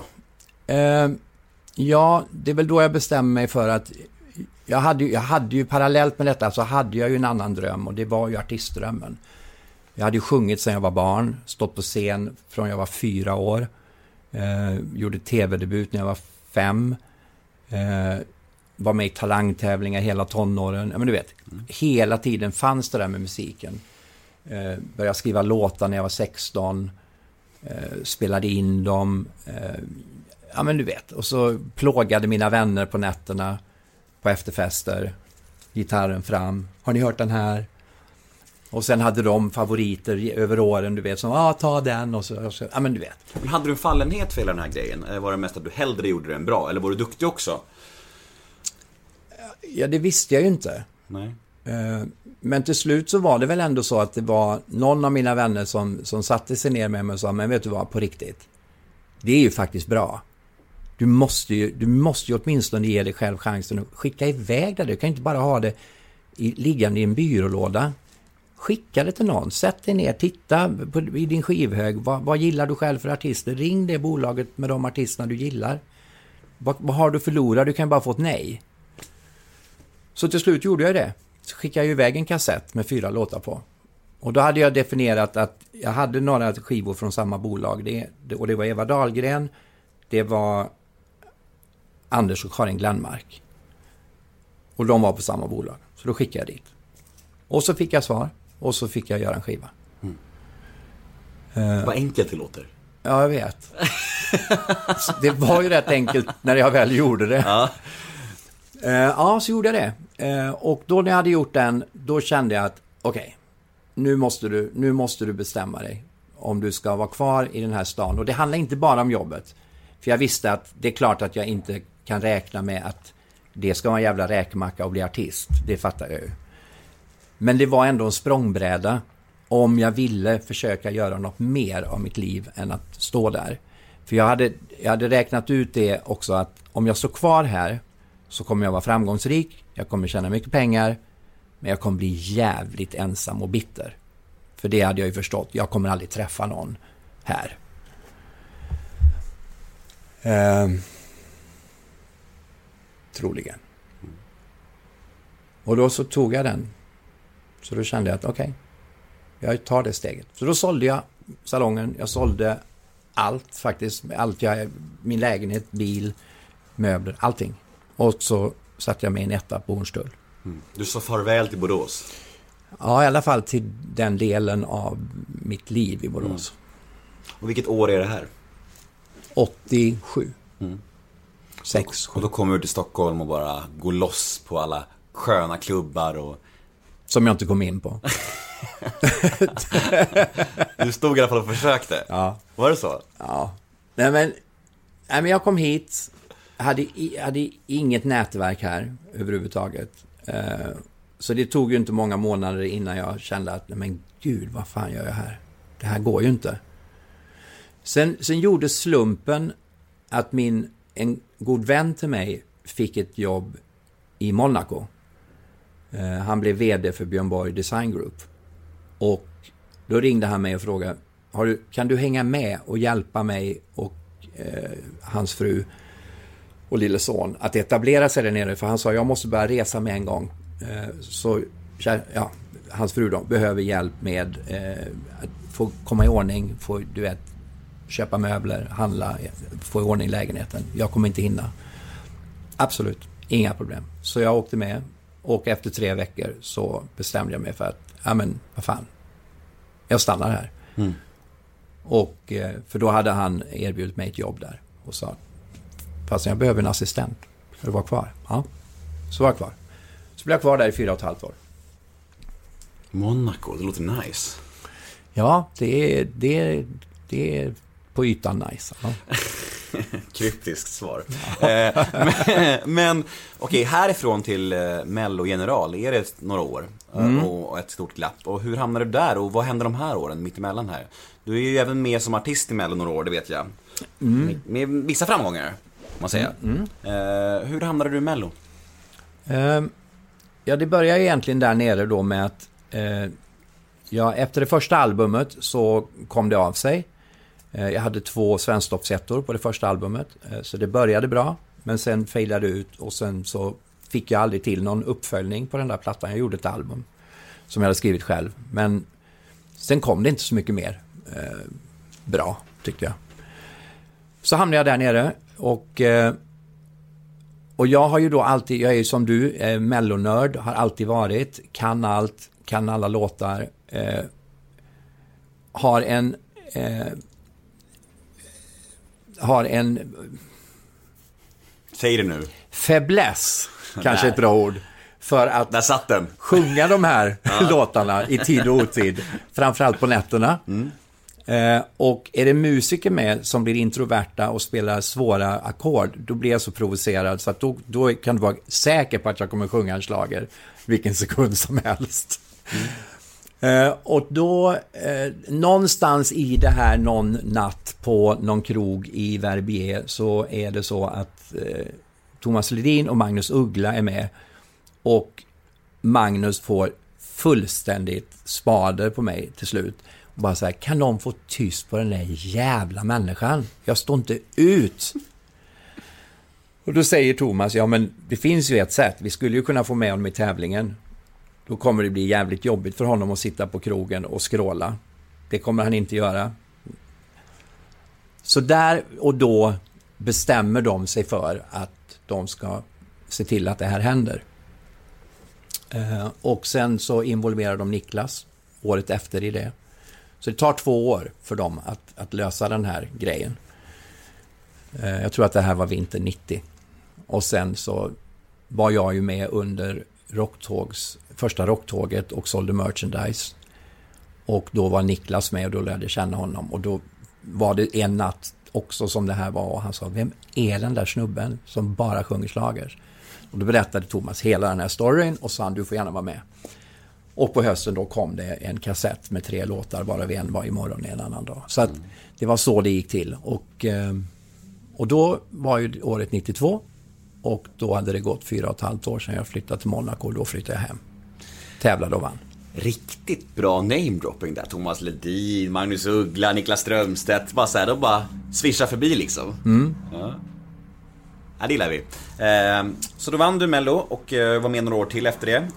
Ja, det är väl då jag bestämmer mig för att jag hade ju parallellt med detta så hade jag ju en annan dröm och det var ju artistdrömmen. Jag hade ju sjungit sedan jag var barn, stått på scen från jag var 4 år. Gjorde tv-debut när jag var 5. Var med i talangtävlingar hela tonåren. Ja, men du vet, hela tiden fanns det där med musiken. Började skriva låtar när jag var 16. Spelade in dem. Ja, men du vet. Och så plågade mina vänner på nätterna på efterfester. Gitarren fram. Har ni hört den här? Och sen hade de favoriter över åren, du vet, som ta den och så ja, men du vet. Men hade du en fallenhet för hela den här grejen? Var det mest att du hellre gjorde den bra? Eller var du duktig också? Ja, det visste jag ju inte. Nej. Men till slut så var det väl ändå så att det var någon av mina vänner som satte sig ner med mig och sa, men vet du vad, på riktigt, Det är ju faktiskt bra. Du måste ju åtminstone ge dig själv chansen att skicka iväg det. Du kan inte bara ha det liggande i en byrålåda. Skicka det till någon. Sätt dig ner, titta i din skivhög. Vad gillar du själv för artister? Ring det bolaget med de artisterna du gillar. Vad har du förlorat? Du kan bara få ett nej. Så till slut gjorde jag det. Så skickade jag iväg en kassett med 4 låtar på. Och då hade jag definierat att jag hade några skivor från samma bolag. Och det var Eva Dahlgren, det var Anders och Karin Glenmark. Och de var på samma bolag. Så då skickade jag dit. Och så fick jag svar. Och så fick jag göra en skiva. Vad enkelt det låter. Ja, jag vet. Det var ju rätt enkelt när jag väl gjorde det. Ja, så gjorde jag det. Och då när jag hade gjort den, då kände jag att okej, nu måste du bestämma dig om du ska vara kvar i den här stan. Och det handlar inte bara om jobbet. För jag visste att det är klart att jag inte kan räkna med att det ska vara en jävla räkmacka och bli artist. Det fattar jag ju. Men det var ändå en språngbräda om jag ville försöka göra något mer av mitt liv än att stå där. För jag hade räknat ut det också att om jag står kvar här så kommer jag vara framgångsrik, jag kommer tjäna mycket pengar, men jag kommer bli jävligt ensam och bitter. För det hade jag ju förstått, jag kommer aldrig träffa någon här. Troligen. Och då så tog jag den. Så då kände jag att okej, jag tar det steget. Så då sålde jag salongen, jag sålde allt faktiskt, min lägenhet, bil, möbler, allting. Och så satt jag med en etta på Hornstull. Du sa farväl till Borås? Ja, i alla fall till den delen av mitt liv i Borås. Och vilket år är det här? 87. 6. Och då kommer du till Stockholm och bara går loss på alla sköna klubbar och... Som jag inte kom in på. Du stod i alla fall och försökte. Ja. Var det så? Ja. Nej, men jag kom hit. Hade inget nätverk här överhuvudtaget. Så det tog ju inte många månader innan jag kände att nej men gud, vad fan gör jag här? Det här går ju inte. Sen gjorde slumpen att en god vän till mig fick ett jobb i Monaco. Han blev vd för Björn Borg Design Group. Och då ringde han mig och frågade, kan du hänga med och hjälpa mig och hans fru och lille son att etablera sig där nere? För han sa, jag måste börja resa med en gång. Så ja, hans fru då behöver hjälp med att få komma i ordning, få, du vet, köpa möbler, handla, få i ordning lägenheten. Jag kommer inte hinna. Absolut, inga problem. Så jag åkte med, och efter 3 veckor så bestämde jag mig för att, ja men vad fan, jag stannar här. Och för då hade han erbjudit mig ett jobb där och sa, fast jag behöver en assistent, ska du vara kvar? Ja, så var jag kvar. Så blev jag kvar där i 4,5 år. Monaco, det låter nice. Ja, det är på ytan nice. Ja. Kryptiskt svar. Men okej, härifrån till Mello General är det några år och ett stort glapp. Och hur hamnade du där och vad hände de här åren mittemellan här? Du är ju även med som artist i Mello några år, det vet jag. Med vissa framgångar, man säger. Hur hamnade du i Mello? Ja, det började egentligen där nere då med att efter det första albumet så kom det av sig. Jag hade 2 svensktoppsettor på det första albumet, så det började bra, men sen failade ut och sen så fick jag aldrig till någon uppföljning på den där plattan. Jag gjorde ett album som jag hade skrivit själv, men sen kom det inte så mycket mer bra, tyckte jag. Så hamnade jag där nere och jag har ju då alltid, jag är ju som du, mellonörd, har alltid varit, kan allt, kan alla låtar, har en säg det nu. Fäbless, kanske ett bra ord, för att där satt den. Sjunga de här låtarna i tid och otid, framförallt på nätterna. Och är det musiker med som blir introverta och spelar svåra ackord, då blir jag så provocerad så att då kan du vara säker på att jag kommer sjunga en slager vilken sekund som helst. Och då, någonstans i det här någon natt på någon krog i Verbier så är det så att Thomas Ledin och Magnus Uggla är med. Och Magnus får fullständigt spader på mig till slut. Och bara så här, kan de få tyst på den där jävla människan? Jag står inte ut. Och då säger Thomas, ja men det finns ju ett sätt. Vi skulle ju kunna få med honom i tävlingen. Då kommer det bli jävligt jobbigt för honom att sitta på krogen och skråla. Det kommer han inte göra. Så där och då bestämmer de sig för att de ska se till att det här händer. Och sen så involverar de Niklas året efter i det. Så det tar 2 år för dem att lösa den här grejen. Jag tror att det här var vinter 90. Och sen så var jag ju med under första rocktåget och sålde merchandise. Och då var Niklas med och då lärde jag känna honom. Och då var det en natt också som det här var. Och han sa, vem är den där snubben som bara sjunger schlagers? Och då berättade Thomas hela den här storyn och sa, du får gärna vara med. Och på hösten då kom det en kassett med 3 låtar, bara en var imorgon en annan dag. Så att det var så det gick till. Och då var ju året 92 och då hade det gått 4,5 år sedan jag flyttade till Monaco och då flyttade jag hem. Tävlade och vann. Riktigt bra namedropping där. Thomas Ledin, Magnus Uggla, Niklas Strömstedt. Bara så här, de bara svischar förbi liksom. Ja, det gillar vi. Så då vann du Mello och var med några år till efter det.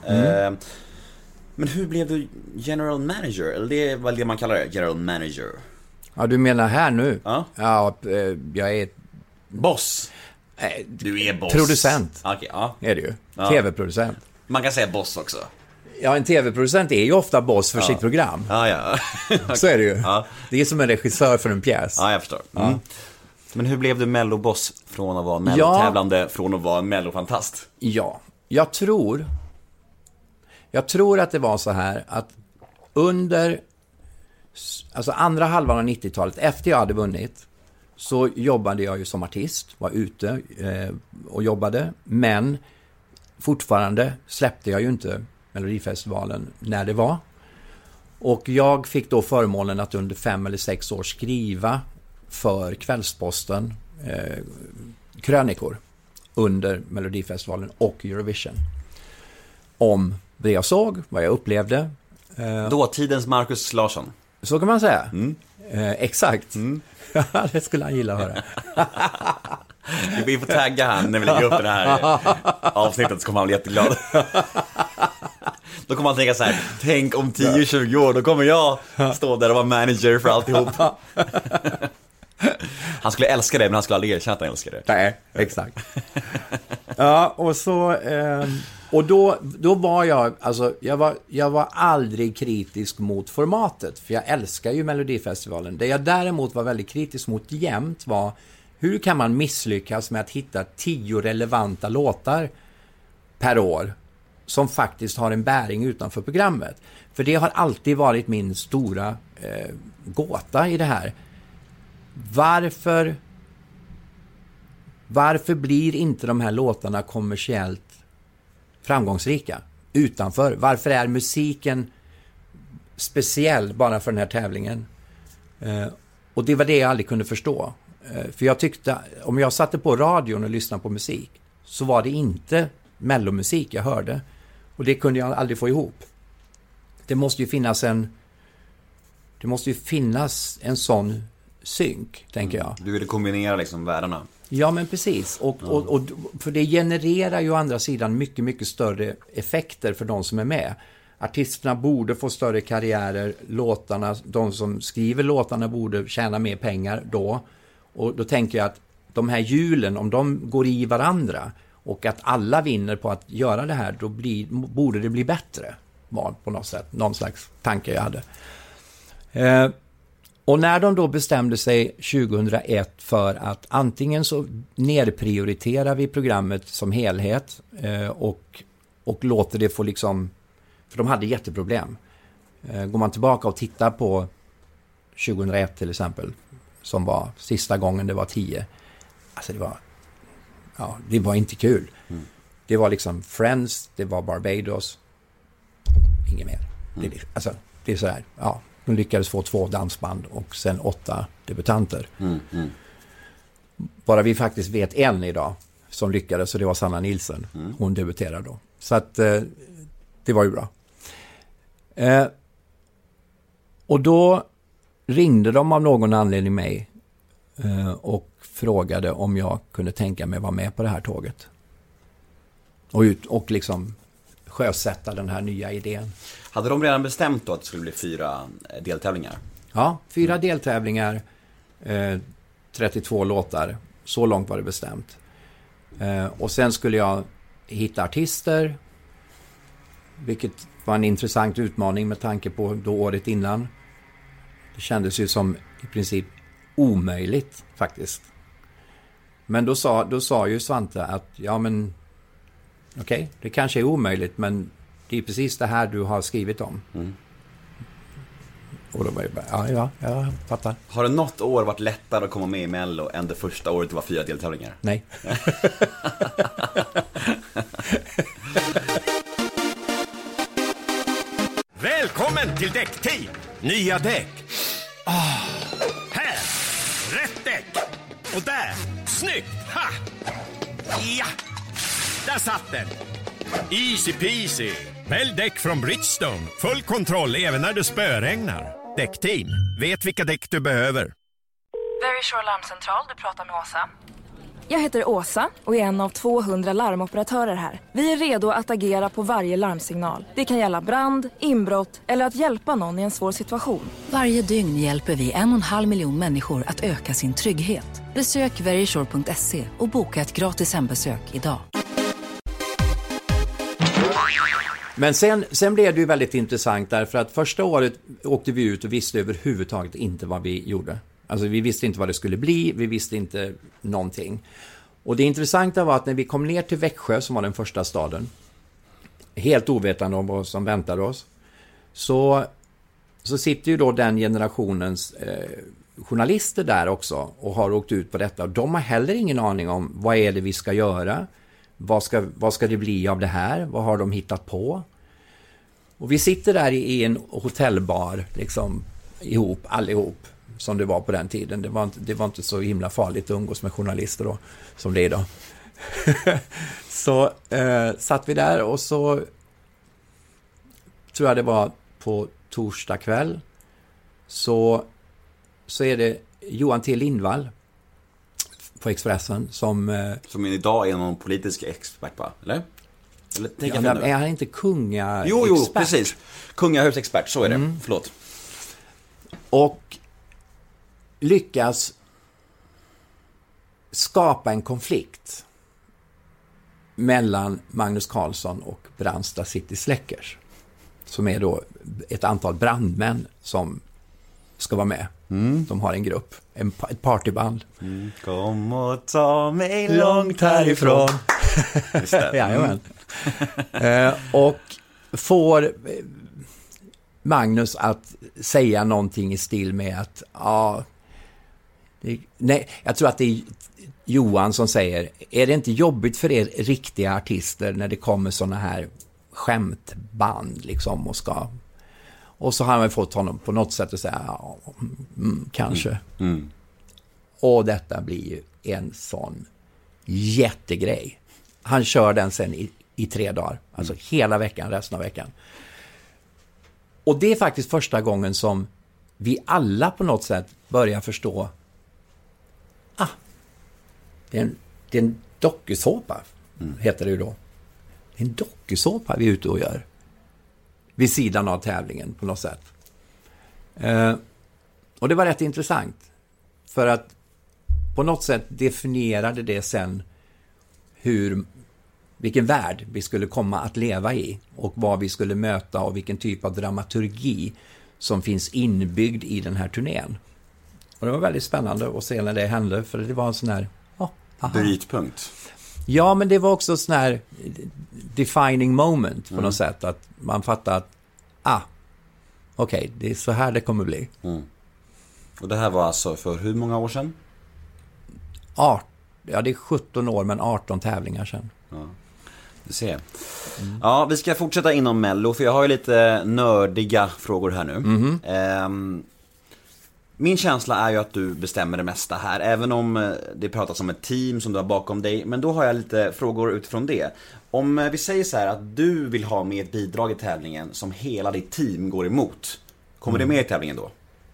Men hur blev du general manager? Eller det är väl det man kallar det, general manager. Ja, du menar här nu? Ja, jag är boss. Du är boss. Producent. Okej, ja. Är det ju. Ja. TV-producent. Man kan säga boss också. Ja, en TV-producent är ju ofta boss för sitt program. Ja. Så är det ju. Ja. Det är som en regissör för en pjäs. Ja, jag förstår. Men hur blev du Mello-boss från att vara Mello-tävlande från att vara en Mello-fantast? Ja, jag tror att det var så här att under andra halvan av 90-talet, efter jag hade vunnit, så jobbade jag ju som artist, var ute och jobbade, men fortfarande släppte jag ju inte Melodifestivalen när det var. Och jag fick då förmånen att under 5 eller 6 år skriva för Kvällsposten krönikor under Melodifestivalen och Eurovision. Om det jag såg, vad jag upplevde. Dåtidens Marcus Larsson. Så kan man säga. Exakt. Det skulle han gilla att höra. Vi får tagga han när vi lägger upp det här avsnittet, så kommer han bli jätteglad. Då kommer han tänka så här, tänk om 10-20 år, då kommer jag stå där och vara manager för alltihop. Han skulle älska det, men han skulle aldrig erkänna att han älskar det. Nej, exakt. Ja, och så och då var jag, alltså jag var aldrig kritisk mot formatet, för jag älskar ju Melodifestivalen. Det jag däremot var väldigt kritisk mot jämt var, hur kan man misslyckas med att hitta 10 relevanta låtar per år som faktiskt har en bäring utanför programmet? För det har alltid varit min stora gåta i det här. Varför blir inte de här låtarna kommersiellt framgångsrika utanför? Varför är musiken speciell bara för den här tävlingen? Och det var det jag aldrig kunde förstå. För jag tyckte, om jag satte på radion och lyssnade på musik, så var det inte mellomusik jag hörde. Och det kunde jag aldrig få ihop. Det måste ju finnas en sån synk, tänker jag. Du ville kombinera liksom världarna. Ja, men precis. Och för det genererar ju å andra sidan mycket, mycket större effekter för de som är med. Artisterna borde få större karriärer, de som skriver låtarna borde tjäna mer pengar då. Och då tänker jag att de här hjulen, om de går i varandra och att alla vinner på att göra det här, då borde det bli bättre. Var på något sätt, någon slags tanke jag hade. Och när de då bestämde sig 2001 för att antingen så nerprioriterar vi programmet som helhet och låter det få liksom, för de hade jätteproblem. Går man tillbaka och tittar på 2001 till exempel, som var sista gången det var 10, alltså det var inte kul. Det var liksom Friends, det var Barbados, inget mer. det är så här, ja, de lyckades få 2 dansband och sen 8 debutanter. Bara vi faktiskt vet en idag som lyckades, och det var Sanna Nilsson. Hon debuterade då. Så att det var ju bra. Och då ringde de av någon anledning mig och frågade om jag kunde tänka mig vara med på det här tåget. Och liksom sjösätta den här nya idén. Hade de redan bestämt då att det skulle bli 4 deltävlingar? Ja, 4 deltävlingar, 32 låtar. Så långt var det bestämt. Och sen skulle jag hitta artister, vilket var en intressant utmaning med tanke på då året innan. Det kändes ju som i princip omöjligt faktiskt. Men då sa ju Svante att ja men okej, det kanske är omöjligt, men det är precis det här du har skrivit om. Och då var jag bara, ja, jag fattar. Har det något år varit lättare att komma med i Mello än det första året det var 4 deltävlingar? Nej. Välkommen till Däckteam. Nya däck. Här, rätt däck. Och där, snyggt. Ha! Ja, där satt den. Easy peasy. Välj däck från Bridgestone. Full kontroll även när det spöregnar. Däckteam, vet vilka däck du behöver. Verisure larmcentral, du pratar med Åsa. Jag heter Åsa och är en av 200 larmoperatörer här. Vi är redo att agera på varje larmsignal. Det kan gälla brand, inbrott eller att hjälpa någon i en svår situation. Varje dygn hjälper vi 1,5 miljon människor att öka sin trygghet. Besök verisure.se och boka ett gratis hembesök idag. Men sen blev det ju väldigt intressant därför att första året åkte vi ut och visste överhuvudtaget inte vad vi gjorde. Alltså vi visste inte vad det skulle bli, vi visste inte någonting. Och det intressanta var att när vi kom ner till Växjö, som var den första staden, helt ovetande om vad som väntade oss, så sitter ju då den generationens journalister där också och har åkt ut på detta. Och de har heller ingen aning om vad är det vi ska göra, vad ska det bli av det här, vad har de hittat på. Och vi sitter där i en hotellbar liksom allihop. Som det var på den tiden. Det var inte så himla farligt att umgås med journalister då, som det är idag. Så satt vi där och så tror jag det var på torsdag kväll så är det Johan T. Lindvall på Expressen som idag är någon politisk expert, va? Eller är han inte kungaexpert? Jo, precis. Kungahusexpert, så är det. Förlåt. Och lyckas skapa en konflikt mellan Magnus Carlsson och Brandsta City Släckers, som är då ett antal brandmän som ska vara med. De har en grupp, ett partyband. Kom och ta mig långt härifrån. Just det. Jajamän. Och får Magnus att säga någonting i stil med att nej, jag tror att det är Johan som säger, är det inte jobbigt för er riktiga artister när det kommer såna här skämtband liksom och så har man fått honom på något sätt att säga kanske. Och detta blir ju en sån jättegrej. Han kör den sen i 3 dagar, alltså hela veckan, resten av veckan. Och det är faktiskt första gången som vi alla på något sätt börjar förstå det är en dokusåpa, heter det ju då. Det är en dokusåpa vi är ute och gör. Vid sidan av tävlingen på något sätt. Och det var rätt intressant. För att på något sätt definierade det sen vilken värld vi skulle komma att leva i. Och vad vi skulle möta och vilken typ av dramaturgi som finns inbyggd i den här turnén. Och det var väldigt spännande att se när det hände. För det var en sån här brytpunkt. Ja, men det var också sån här defining moment på något sätt. Att man fattar att okej, det är så här det kommer bli. Och det här var alltså för hur många år sedan? Ja, det är 17 år men 18 tävlingar sedan. Du ser. Ja, vi ska fortsätta inom Mello, för jag har ju lite nördiga frågor här nu. Min känsla är ju att du bestämmer det mesta här, även om det pratas om ett team som du har bakom dig. Men då har jag lite frågor utifrån det. Om vi säger så här att du vill ha med ett bidrag i tävlingen som hela ditt team går emot, kommer det med i tävlingen då?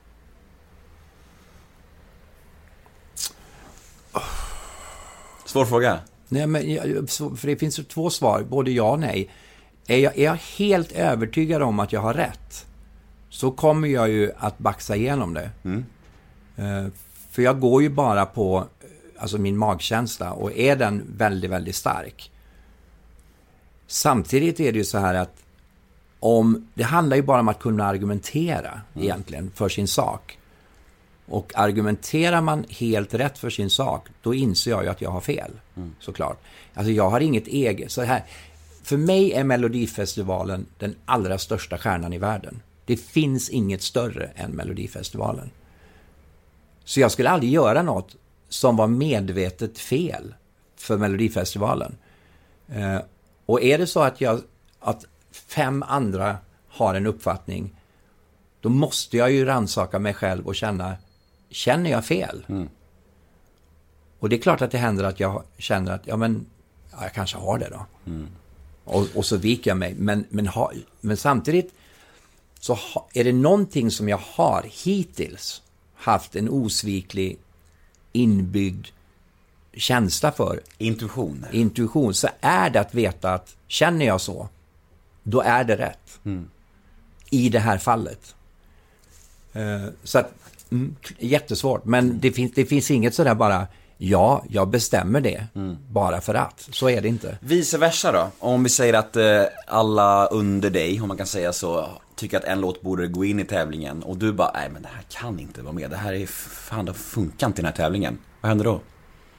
Svår fråga. Nej, men för det finns ju 2 svar, både ja och nej. Är jag helt övertygad om att jag har rätt, så kommer jag ju att baxa igenom det. För jag går ju bara på alltså min magkänsla, och är den väldigt, väldigt stark. Samtidigt är det ju så här att det handlar ju bara om att kunna argumentera egentligen för sin sak. Och argumenterar man helt rätt för sin sak, då inser jag ju att jag har fel, såklart. Alltså jag har inget eget. Så här, för mig är Melodifestivalen den allra största stjärnan i världen. Det finns inget större än Melodifestivalen. Så jag skulle aldrig göra något som var medvetet fel för Melodifestivalen. Och är det så att 5 andra har en uppfattning, då måste jag ju rannsaka mig själv och känner jag fel? Och det är klart att det händer att jag känner att jag kanske har det då. Och så viker jag mig. Men samtidigt så är det någonting som jag har hittills haft en osviklig inbyggd känsla för. Intuition. Så är det att veta att känner jag så, då är det rätt. I det här fallet. Så att jättesvårt. Men det finns inget sådär bara jag bestämmer det bara för att. Så är det inte. Vice versa då. Om vi säger att alla under dig, om man kan säga så, tycker att en låt borde gå in i tävlingen, och du bara, nej men det här kan inte vara med. Det här är fan, det funkar inte i den här tävlingen. Vad händer då?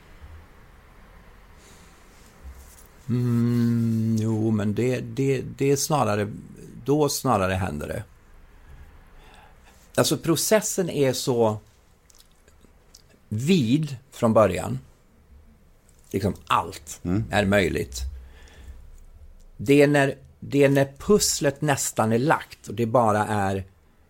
Jo, men det är snarare, då snarare händer det. Alltså processen är så vid från början. Liksom allt är möjligt. Det är när pusslet nästan är lagt och det bara är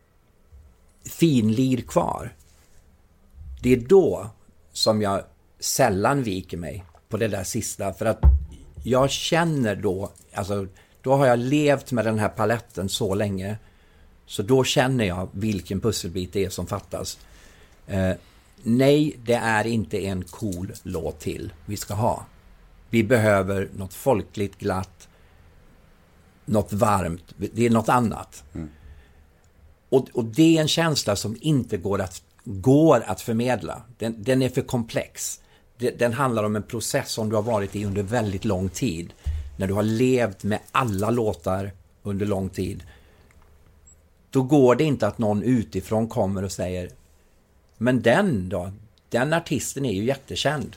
finlir kvar. Det är då som jag sällan viker mig på det där sista, för att jag känner då, alltså då har jag levt med den här paletten så länge, så då känner jag vilken pusselbit det är som fattas. Nej, det är inte en cool låt till vi ska ha. Vi behöver något folkligt glatt, något varmt, det är något annat. Och det är en känsla som inte går att förmedla. Den är för komplex. Den handlar om en process som du har varit i under väldigt lång tid. När du har levt med alla låtar under lång tid, då går det inte att någon utifrån kommer och säger, men den artisten är ju jättekänd.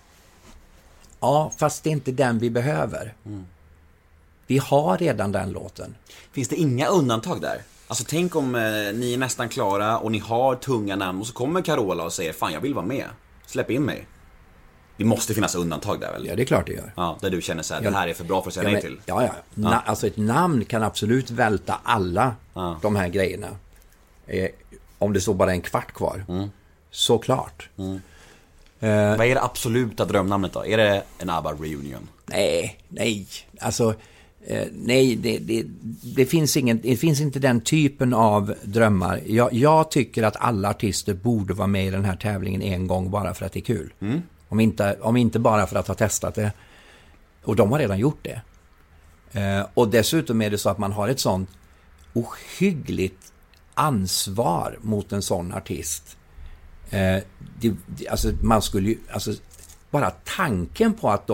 Ja, fast det är inte den vi behöver. Vi har redan den låten. Finns det inga undantag där? Alltså tänk om ni är nästan klara och ni har tunga namn, och så kommer Carola och säger, fan jag vill vara med, släpp in mig. Det måste finnas undantag där väl? Ja, det är klart det gör. Ja, där du känner så här, det här är för bra för att säga nej till. Ja. Alltså ett namn kan absolut välta alla de här grejerna. Om det så bara är en kvart kvar. Såklart. Vad är det absoluta drömnamnet då? Är det en ABBA reunion? Nej. Alltså, nej, det finns inte den typen av drömmar. Jag tycker att alla artister borde vara med i den här tävlingen en gång bara för att det är kul. Om inte bara för att ha testat det. Och de har redan gjort det. Och dessutom är det så att man har ett sånt ohyggligt ansvar mot en sån artist. Alltså man skulle ju, alltså bara tanken på att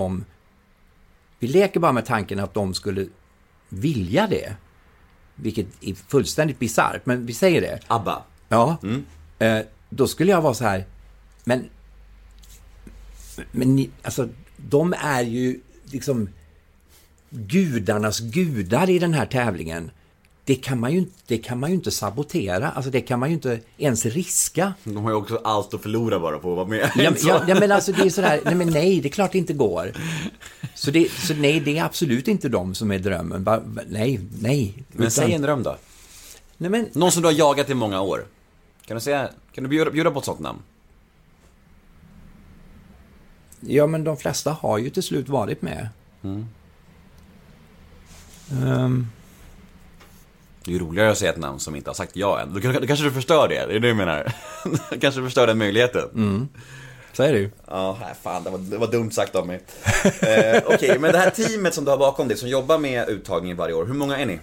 vi leker bara med tanken att de skulle vilja det, vilket är fullständigt bisarrt, men vi säger det. ABBA. Ja. Då skulle jag vara så här, men alltså de är ju liksom gudarnas gudar i den här tävlingen. det kan man ju inte sabotera. Alltså det kan man ju inte ens riska. De har ju också allt att förlora bara på att vara med. Ja, men alltså det är sådär, nej, det är klart det inte går. Så nej, det är absolut inte de som är drömmen. Nej. Men säg en dröm då. Nej, men någon som du har jagat i många år. Kan du bjuda på ett sånt namn? Ja, men de flesta har ju till slut varit med. Det är ju roligare att säga ett namn som inte har sagt ja än. Då kanske du förstör det. Det är det du menar. Kanske du förstör den möjligheten. Så är det ju. Ja, fan, det var dumt sagt av mig. Okej, men det här teamet som du har bakom dig som jobbar med uttagningen varje år, hur många är ni?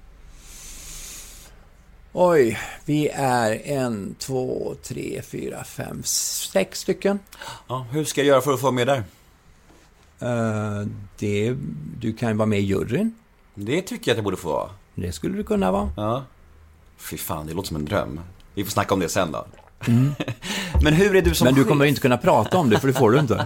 Oj, vi är 1, 2, 3, 4, 5, 6 stycken. Ja, hur ska jag göra för att få med där? Du kan ju vara med i juryn. Det tycker jag att jag borde få vara. Det skulle du kunna vara. Ja. Fy fan, det låter som en dröm. Vi får snacka om det sen då. Men hur är du som Men du chef? kommer inte kunna prata om det, för det får du inte.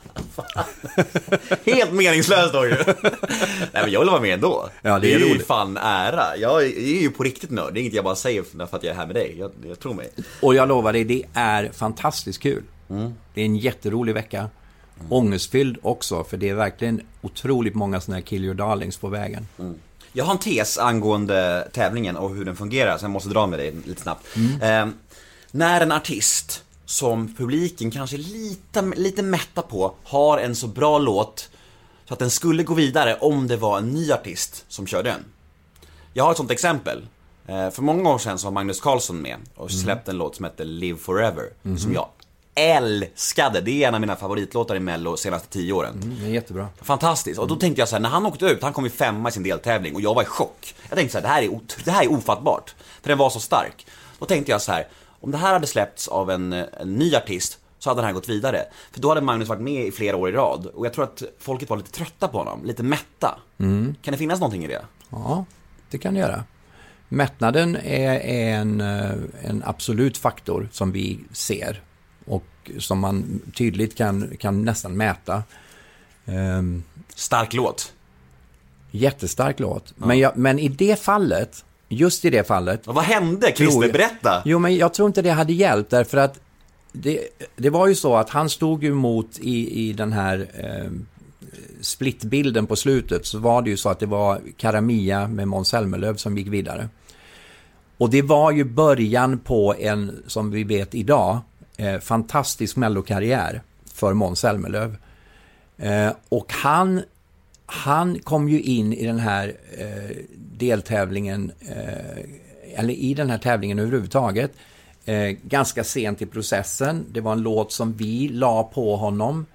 Helt meningslöst då ju. Nej, men jag vill vara med ändå. Ja, det är ju roligt. fan ära. Jag är ju på riktigt nörd. Det är inget jag bara säger för att jag är här med dig. Jag tror mig. Och jag lovar dig, det är fantastiskt kul. Det är en jätterolig vecka. Ångestfylld också, för det är verkligen otroligt många såna här kill your darlings på vägen. Jag har en tes angående tävlingen och hur den fungerar, så jag måste dra med dig lite snabbt. När en artist som publiken kanske lite mätta på har en så bra låt så att den skulle gå vidare om det var en ny artist som körde den. Jag har ett sånt exempel. För många år sedan så var Magnus Carlsson med och släppte en låt som heter Live Forever, som jag älskade. Det är en av mina favoritlåtar i Mello de senaste 10 åren. Det är jättebra. Fantastiskt. Och då tänkte jag så här, när han åkte ut, han kom i 5 i sin deltävling och jag var i chock. Jag tänkte så här, det här är ofattbart. För den var så stark. Då tänkte jag så här, om det här hade släppts av en ny artist så hade den här gått vidare. För då hade Magnus varit med i flera år i rad. Och jag tror att folket var lite trötta på honom, lite mätta. Kan det finnas någonting i det? Ja, det kan det göra. Mättnaden är en absolut faktor som vi ser och som man tydligt kan nästan mäta. Stark låt. Jättestark låt. Ja. Men i det fallet, just i det fallet... Och vad hände, Christer? Berätta! Jo, men jag tror inte det hade hjälpt, därför att det var ju så att han stod ju emot i den här splittbilden på slutet, så var det ju så att det var Karamia med Måns Zelmerlöw som gick vidare. Och det var ju början på en, som vi vet idag, fantastisk mellokarriär för Måns Zelmerlöw. Och han kom ju in i den här deltävlingen, eller i den här tävlingen överhuvudtaget, ganska sent i processen. Det var en låt som vi la på honom.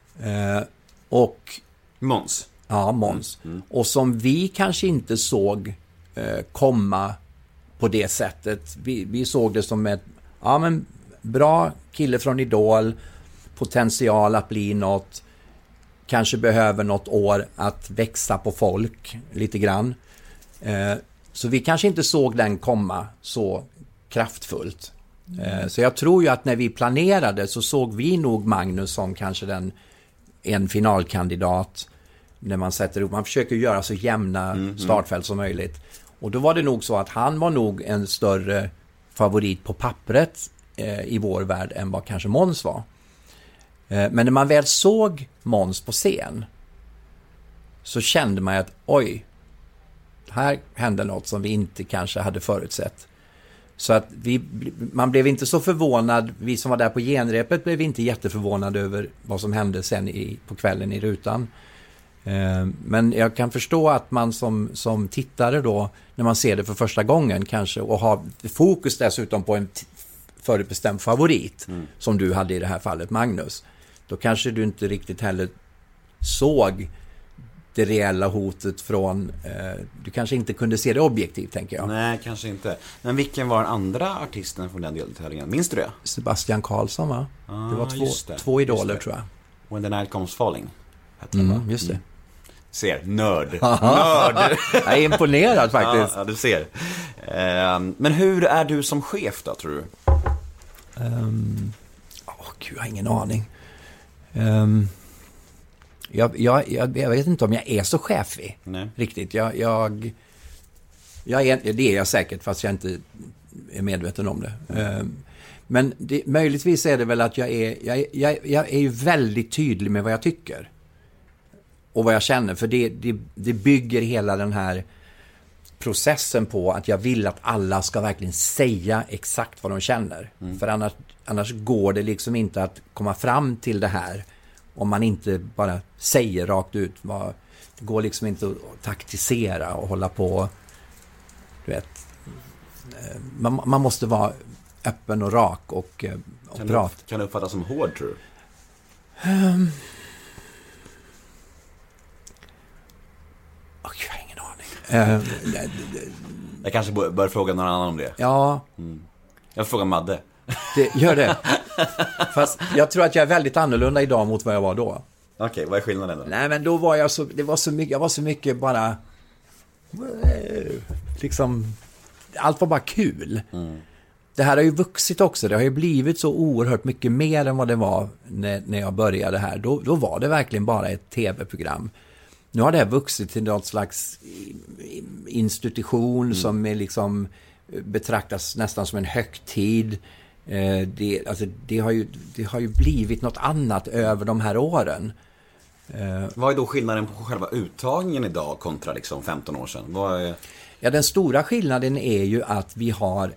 Och Måns. Ja, Måns. Och som vi kanske inte såg komma på det sättet. Vi såg det som ett bra kille från Idol, potential att bli något, kanske behöver något år att växa på folk lite grann. Så vi kanske inte såg den komma så kraftfullt. Så jag tror ju att när vi planerade så såg vi nog Magnus som kanske en finalkandidat, när man sätter upp, man försöker göra så jämna startfält som möjligt. Och då var det nog så att han var nog en större favorit på pappret i vår värld än vad kanske Måns var. Men när man väl såg Måns på scen så kände man att oj, här hände något som vi inte kanske hade förutsett. Så att man blev inte så förvånad, vi som var där på genrepet blev inte jätteförvånade över vad som hände sen på kvällen i rutan. Men jag kan förstå att man som tittare då, när man ser det för första gången kanske, och har fokus dessutom på en förutbestämd favorit som du hade i det här fallet, Magnus, då kanske du inte riktigt heller såg det reella hotet från, du kanske inte kunde se det objektivt, tänker jag. Nej, kanske inte. Men vilken var den andra artisten från den deltävlingen? Minns du det? Sebastian Karlsson, va? Det var två idoler, tror jag. When the Night Comes Falling. Just det. Ser, nörd. Nörd. Jag är imponerad faktiskt. Ja, du ser. Men hur är du som chef då, tror du? Jag har ingen aning. Jag vet inte om jag är så chefig. Nej. Riktigt. Jag Det är jag säkert, fast jag inte är medveten om det. Men möjligtvis är det väl att jag är ju väldigt tydlig med vad jag tycker. Och vad jag känner. För det bygger hela den här processen på att jag vill att alla ska verkligen säga exakt vad de känner. För annars går det liksom inte att komma fram till det här om man inte bara säger rakt ut. Det går liksom inte att taktisera och hålla på. Du vet, man måste vara öppen och rak och prata. Kan det uppfattas som hård, tror du? Jag har ingen aning. Jag kanske bör fråga någon annan om det. Ja. Jag frågar Madde. Gör det. Fast jag tror att jag är väldigt annorlunda idag mot vad jag var då. Okej, vad är skillnaden då? Nej, men då var jag var så mycket bara liksom, allt var bara kul. Det här har ju vuxit också. Det har ju blivit så oerhört mycket mer än vad det var när jag började här. Då var det verkligen bara ett tv-program. Nu har det här vuxit till något slags institution som är liksom betraktas nästan som en högtid. Det har ju blivit något annat över de här åren. Vad är då skillnaden på själva uttagningen idag kontra liksom 15 år sedan? Ja, den stora skillnaden är ju att vi har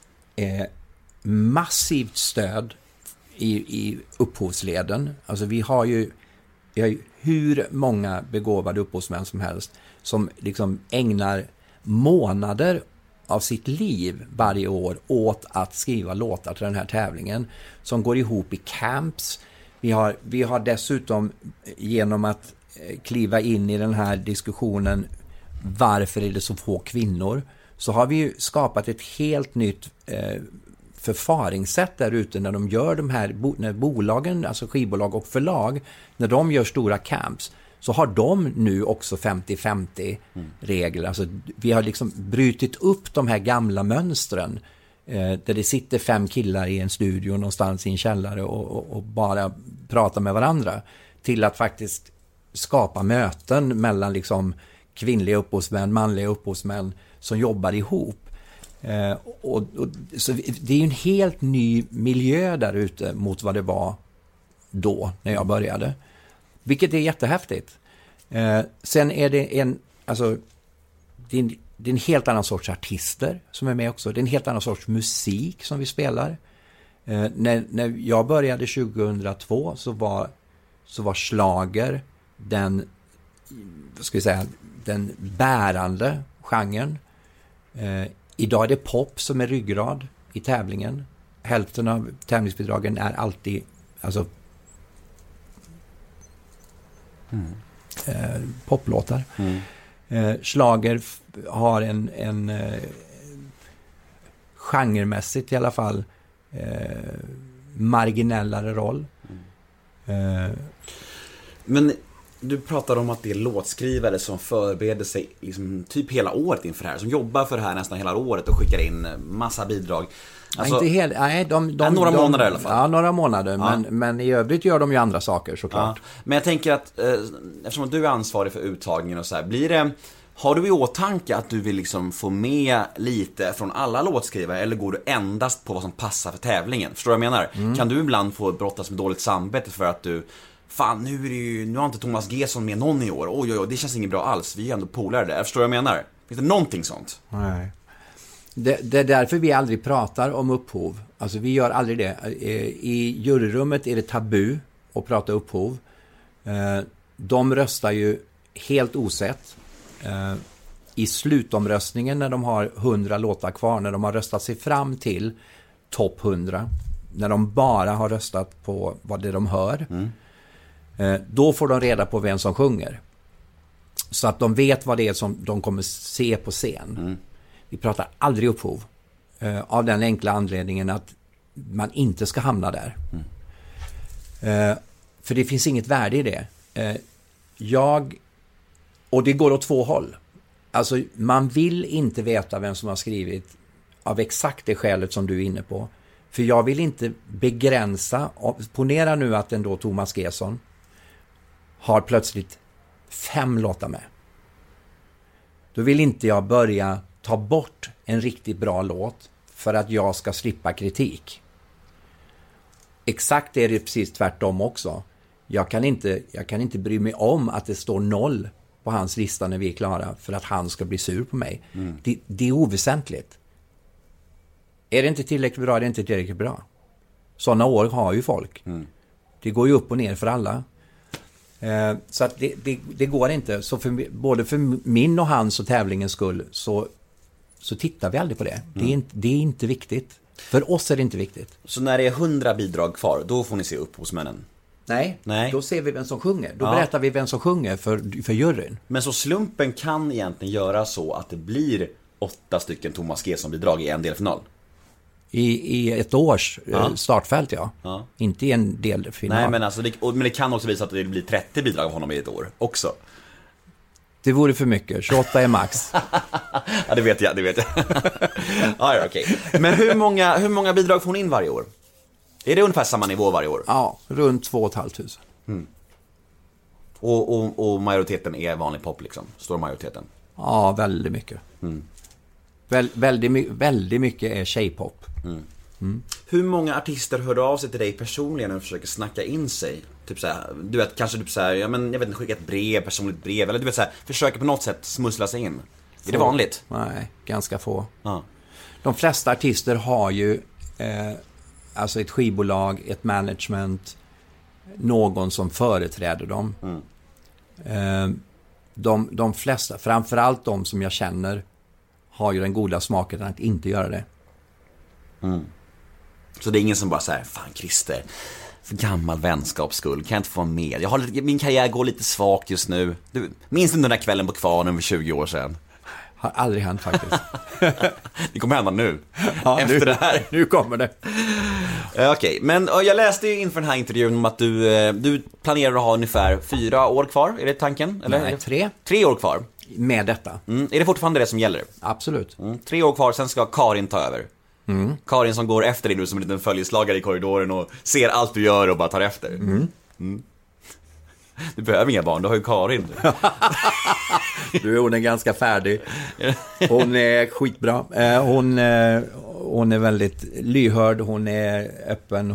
massivt stöd i upphovsleden. Alltså vi har ju hur många begåvade upphovsmän som helst som liksom ägnar månader av sitt liv varje år åt att skriva låtar till den här tävlingen, som går ihop i camps. Vi har dessutom, genom att kliva in i den här diskussionen varför är det så få kvinnor, så har vi ju skapat ett helt nytt förfaringssätt där ute när de gör de här, när bolagen, alltså skivbolag och förlag, när de gör stora camps, så har de nu också 50-50 regler. Alltså vi har liksom brutit upp de här gamla mönstren där det sitter 5 killar i en studio någonstans i en källare och bara pratar med varandra, till att faktiskt skapa möten mellan liksom kvinnliga upphovsmän, manliga upphovsmän som jobbar ihop. Så det är ju en helt ny miljö där ute mot vad det var då när jag började. Vilket är jättehäftigt. Sen är det det är en helt annan sorts artister som är med också. Det är en helt annan sorts musik som vi spelar. När jag började 2002 så var schlager den bärande genren. Idag är det pop som är ryggrad i tävlingen. Hälften av tävlingsbidragen är alltid poplåtar. Schlager har en genremässigt i alla fall marginellare roll. Men du pratar om att det är låtskrivare som förbereder sig liksom typ hela året inför det här, som jobbar för det här nästan hela året och skickar in massa bidrag. Alltså, några månader i alla fall. Ja, några månader, ja. Men i övrigt gör de ju andra saker såklart. Ja. Men jag tänker att eftersom du är ansvarig för uttagningen och så här, har du i åtanke att du vill liksom få med lite från alla låtskrivare, eller går du endast på vad som passar för tävlingen? Förstår du vad jag menar? Kan du ibland få brottas med dåligt samvete för att du nu har inte Thomas Gesson med någon i år. Oj, det känns inget bra alls. Vi är ändå polare där. Förstår du vad jag menar? Finns det någonting sånt? Nej. Det är därför vi aldrig pratar om upphov. Alltså vi gör aldrig det. I juryrummet är det tabu att prata upphov. De röstar ju helt osett. I slutomröstningen när de har 100 låtar kvar, när de har röstat sig fram till topp 100, när de bara har röstat på vad det de hör, då får de reda på vem som sjunger. Så att de vet vad det är som de kommer se på scen. Vi pratar aldrig upphov. Av den enkla anledningen att man inte ska hamna där. För det finns inget värde i det. Och det går åt två håll. Alltså man vill inte veta vem som har skrivit av exakt det skälet som du är inne på. För jag vill inte begränsa. Ponera nu att ändå Thomas Gesson har plötsligt 5 låtar med. Då vill inte jag börja ta bort en riktigt bra låt för att jag ska slippa kritik. Exakt är det precis tvärtom också. Jag kan inte bry mig om att det står 0 på hans lista när vi är klara för att han ska bli sur på mig. Det är oväsentligt. Är det inte tillräckligt bra, är det inte tillräckligt bra. Sådana år har ju folk. Det går ju upp och ner för alla. Så att det går inte. Så både för min och hans och tävlingens skull så tittar vi aldrig på det. Det är inte viktigt. För oss är det inte viktigt. Så när det är 100 bidrag kvar, då får ni se upp hos männen? Nej, då ser vi vem som sjunger. Då berättar vi vem som sjunger för juryn. Men så slumpen kan egentligen göra så att det blir 8 stycken Thomas Gesson-bidrag i en delfinal? I ett års startfält, ja. Inte i en delfinal. Nej, men, alltså men det kan också visa att det blir 30 bidrag av honom i ett år också. Det vore för mycket. 28 är max. Ja, det vet jag. Ja, okej. Men hur många bidrag får hon in varje år? Är det ungefär samma nivå varje år? Ja, runt 2 500. Och majoriteten är vanlig pop liksom? Står majoriteten? Ja, väldigt mycket. Väldigt mycket är tjejpop. Hur många artister hör av sig till dig personligen när du försöker snacka in sig? Typ så här, du vet, kanske typ så här, jag vet inte, skicka ett brev, personligt brev, eller du vet så här, försöker på något sätt smussla sig in. Är det vanligt? Nej, ganska få. De flesta artister har ju alltså ett skivbolag, ett management, någon som företräder dem. De flesta, framförallt de som jag känner, har ju den goda smaken att inte göra det. Så det är ingen som bara säger, fan Christer, för gammal vänskapsskull, kan jag inte få med? Min karriär går lite svagt just nu. Du, minns inte den där kvällen på Kvarnen för 20 år sedan? Har aldrig hänt faktiskt. Det kommer hända nu. Ja, efter det här. Nu kommer det. Okej, men jag läste ju inför den här intervjun om att du planerar att ha ungefär 4 år kvar. Är det tanken? Eller? Nej, 3. 3 år kvar. Med detta. Är det fortfarande det som gäller? Absolut. 3 år kvar, sen ska Karin ta över. Karin som går efter dig nu som en liten följeslagare i korridoren och ser allt du gör och bara tar efter. Du behöver inga barn, du har ju Karin. Hon är ganska färdig. Hon är skitbra. Hon är väldigt lyhörd, hon är öppen,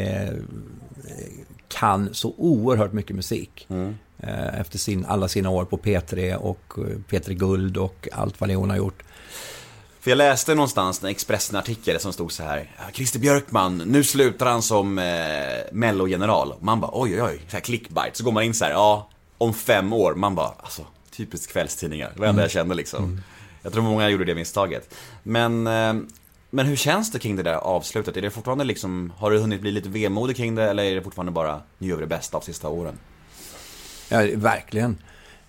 kan så oerhört mycket musik. Efter alla sina år på P3 och P3 Guld och allt vad det hon har gjort. För jag läste någonstans en Expressen-artikel som stod så här: Christer Björkman, nu slutar han som Mello-general. Man bara, oj, så här clickbait. Så går man in så här, om 5 år. Man bara, alltså, typiskt kvällstidningar. Det var enda jag kände liksom. Jag tror många gjorde det misstaget. Men hur känns det kring det där avslutet? Är det fortfarande liksom, har du hunnit bli lite vemodig kring det? Eller är det fortfarande bara, nu gör vi det bästa av sista åren? Ja, verkligen.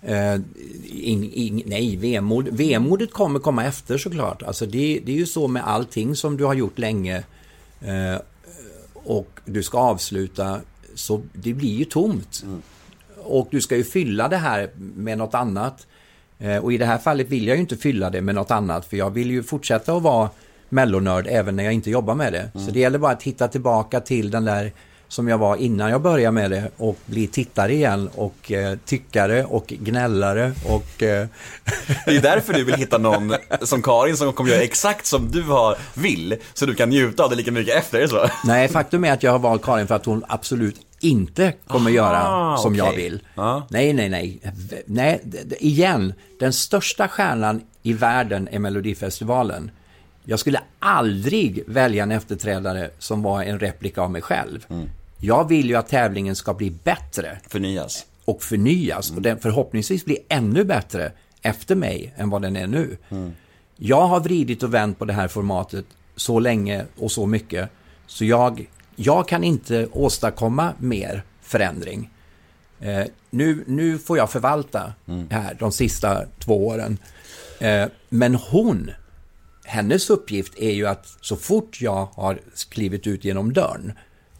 Nej, vemodet kommer komma efter såklart. Alltså det är ju så med allting som du har gjort länge och du ska avsluta, så det blir ju tomt. Och du ska ju fylla det här med något annat. Och i det här fallet vill jag ju inte fylla det med något annat, för jag vill ju fortsätta att vara mellonörd även när jag inte jobbar med det. Så det gäller bara att hitta tillbaka till den där som jag var innan jag började med det och bli tittare igen och tyckare och gnällare och Det är därför du vill hitta någon som Karin som kommer göra exakt som du vill, så du kan njuta av det lika mycket efter, så. Nej, faktum är att jag har valt Karin för att hon absolut inte kommer göra som jag vill. Nej. Igen, den största stjärnan i världen är Melodifestivalen. Jag skulle aldrig välja en efterträdare som var en replika av mig själv. Jag vill ju att tävlingen ska bli bättre. Förnyas. Och den förhoppningsvis blir ännu bättre efter mig än vad den är nu. Jag har vridit och vänt på det här formatet så länge och så mycket, så jag kan inte åstadkomma mer förändring. Nu får jag förvalta här de sista 2 åren. Men hennes uppgift är ju att så fort jag har klivit ut genom dörren,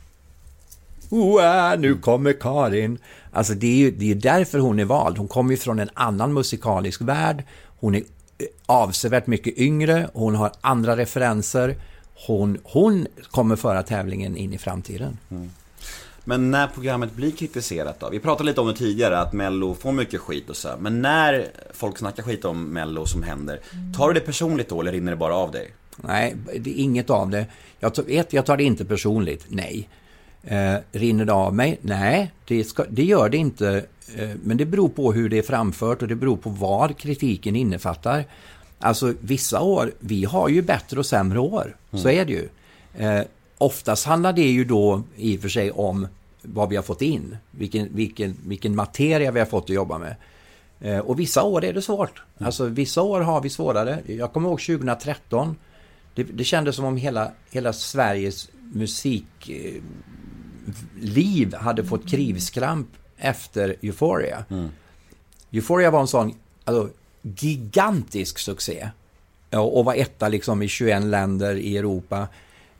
nu kommer Karin. Alltså det är ju därför hon är vald. Hon kommer ju från en annan musikalisk värld. Hon är avsevärt mycket yngre. Hon har andra referenser. Hon kommer föra tävlingen in i framtiden. Men när programmet blir kritiserat då? Vi pratade lite om det tidigare, att Mello får mycket skit och så. Men när folk snackar skit om Mello som händer, tar du det personligt då eller rinner det bara av dig? Nej, det är inget av det. Jag tar det inte personligt, nej. Rinner det av mig? Nej, det gör det inte. Men det beror på hur det är framfört och det beror på vad kritiken innefattar. Alltså vissa år, vi har ju bättre och sämre år. Så är det ju. Oftast handlar det ju då i och för sig om vad vi har fått in. Vilken materia vi har fått att jobba med. Och vissa år är det svårt. Alltså vissa år har vi svårare. Jag kommer ihåg 2013. Det kändes som om hela Sveriges musikliv hade fått krivskramp efter Euphoria. Euphoria var en sån gigantisk succé. Och var etta liksom i 21 länder i Europa.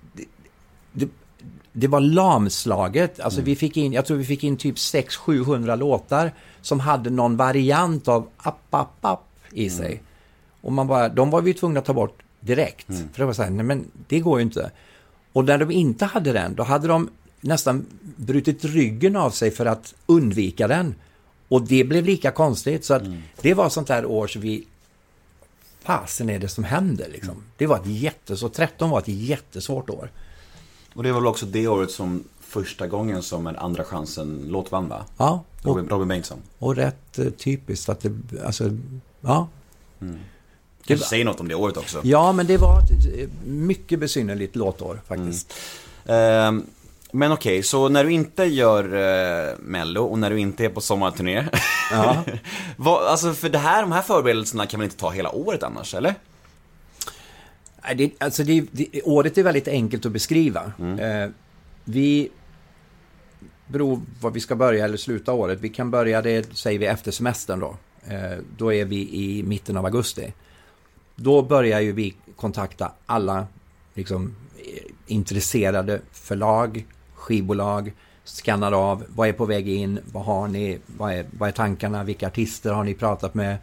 Det var lamslaget. Alltså jag tror vi fick in typ 600-700 låtar som hade någon variant av app i sig. Och de var vi tvungna att ta bort direkt. För det var så här, nej men det går ju inte. Och när de inte hade den, då hade de nästan brutit ryggen av sig för att undvika den. Och det blev lika konstigt. Så att det var sånt där år så fasen är det som händer liksom. Det var så 13 var ett jättesvårt år. Och det var väl också det året som första gången som en andra chansen-låt vann, va? Ja. Robin Bengtsson. Och rätt typiskt att det, alltså, ja. Du säger något om det året också. Ja, men det var ett mycket besynnerligt låtår faktiskt. Men okej, så när du inte gör Mello och när du inte är på sommarturné, alltså för de här förberedelserna kan man inte ta hela året annars, eller? Året är väldigt enkelt att beskriva. Vi beror vad vi ska börja eller sluta året. Vi kan börja det, säger vi, efter semestern då. Då är vi i mitten av augusti. Då börjar ju vi kontakta alla liksom intresserade förlag, skivbolag, skannar av, vad är på väg in, vad har ni, vad är tankarna, vilka artister har ni pratat med,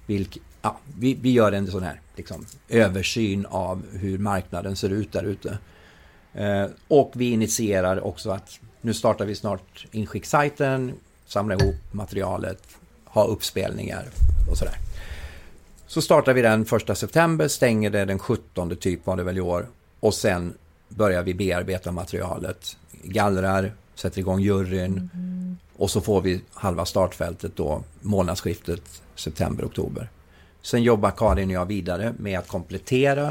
vi gör en sån här liksom översyn av hur marknaden ser ut där ute. Och vi initierar också att nu startar vi snart inskicksajten, samla ihop materialet, ha uppspelningar och sådär. Så startar vi den 1 september, stänger det den 17 typ var det väl i år. Och sen börjar vi bearbeta materialet, gallrar, sätter igång juryn och så får vi halva startfältet då, månadsskiftet september-oktober. Sen jobbar Karin och jag vidare med att komplettera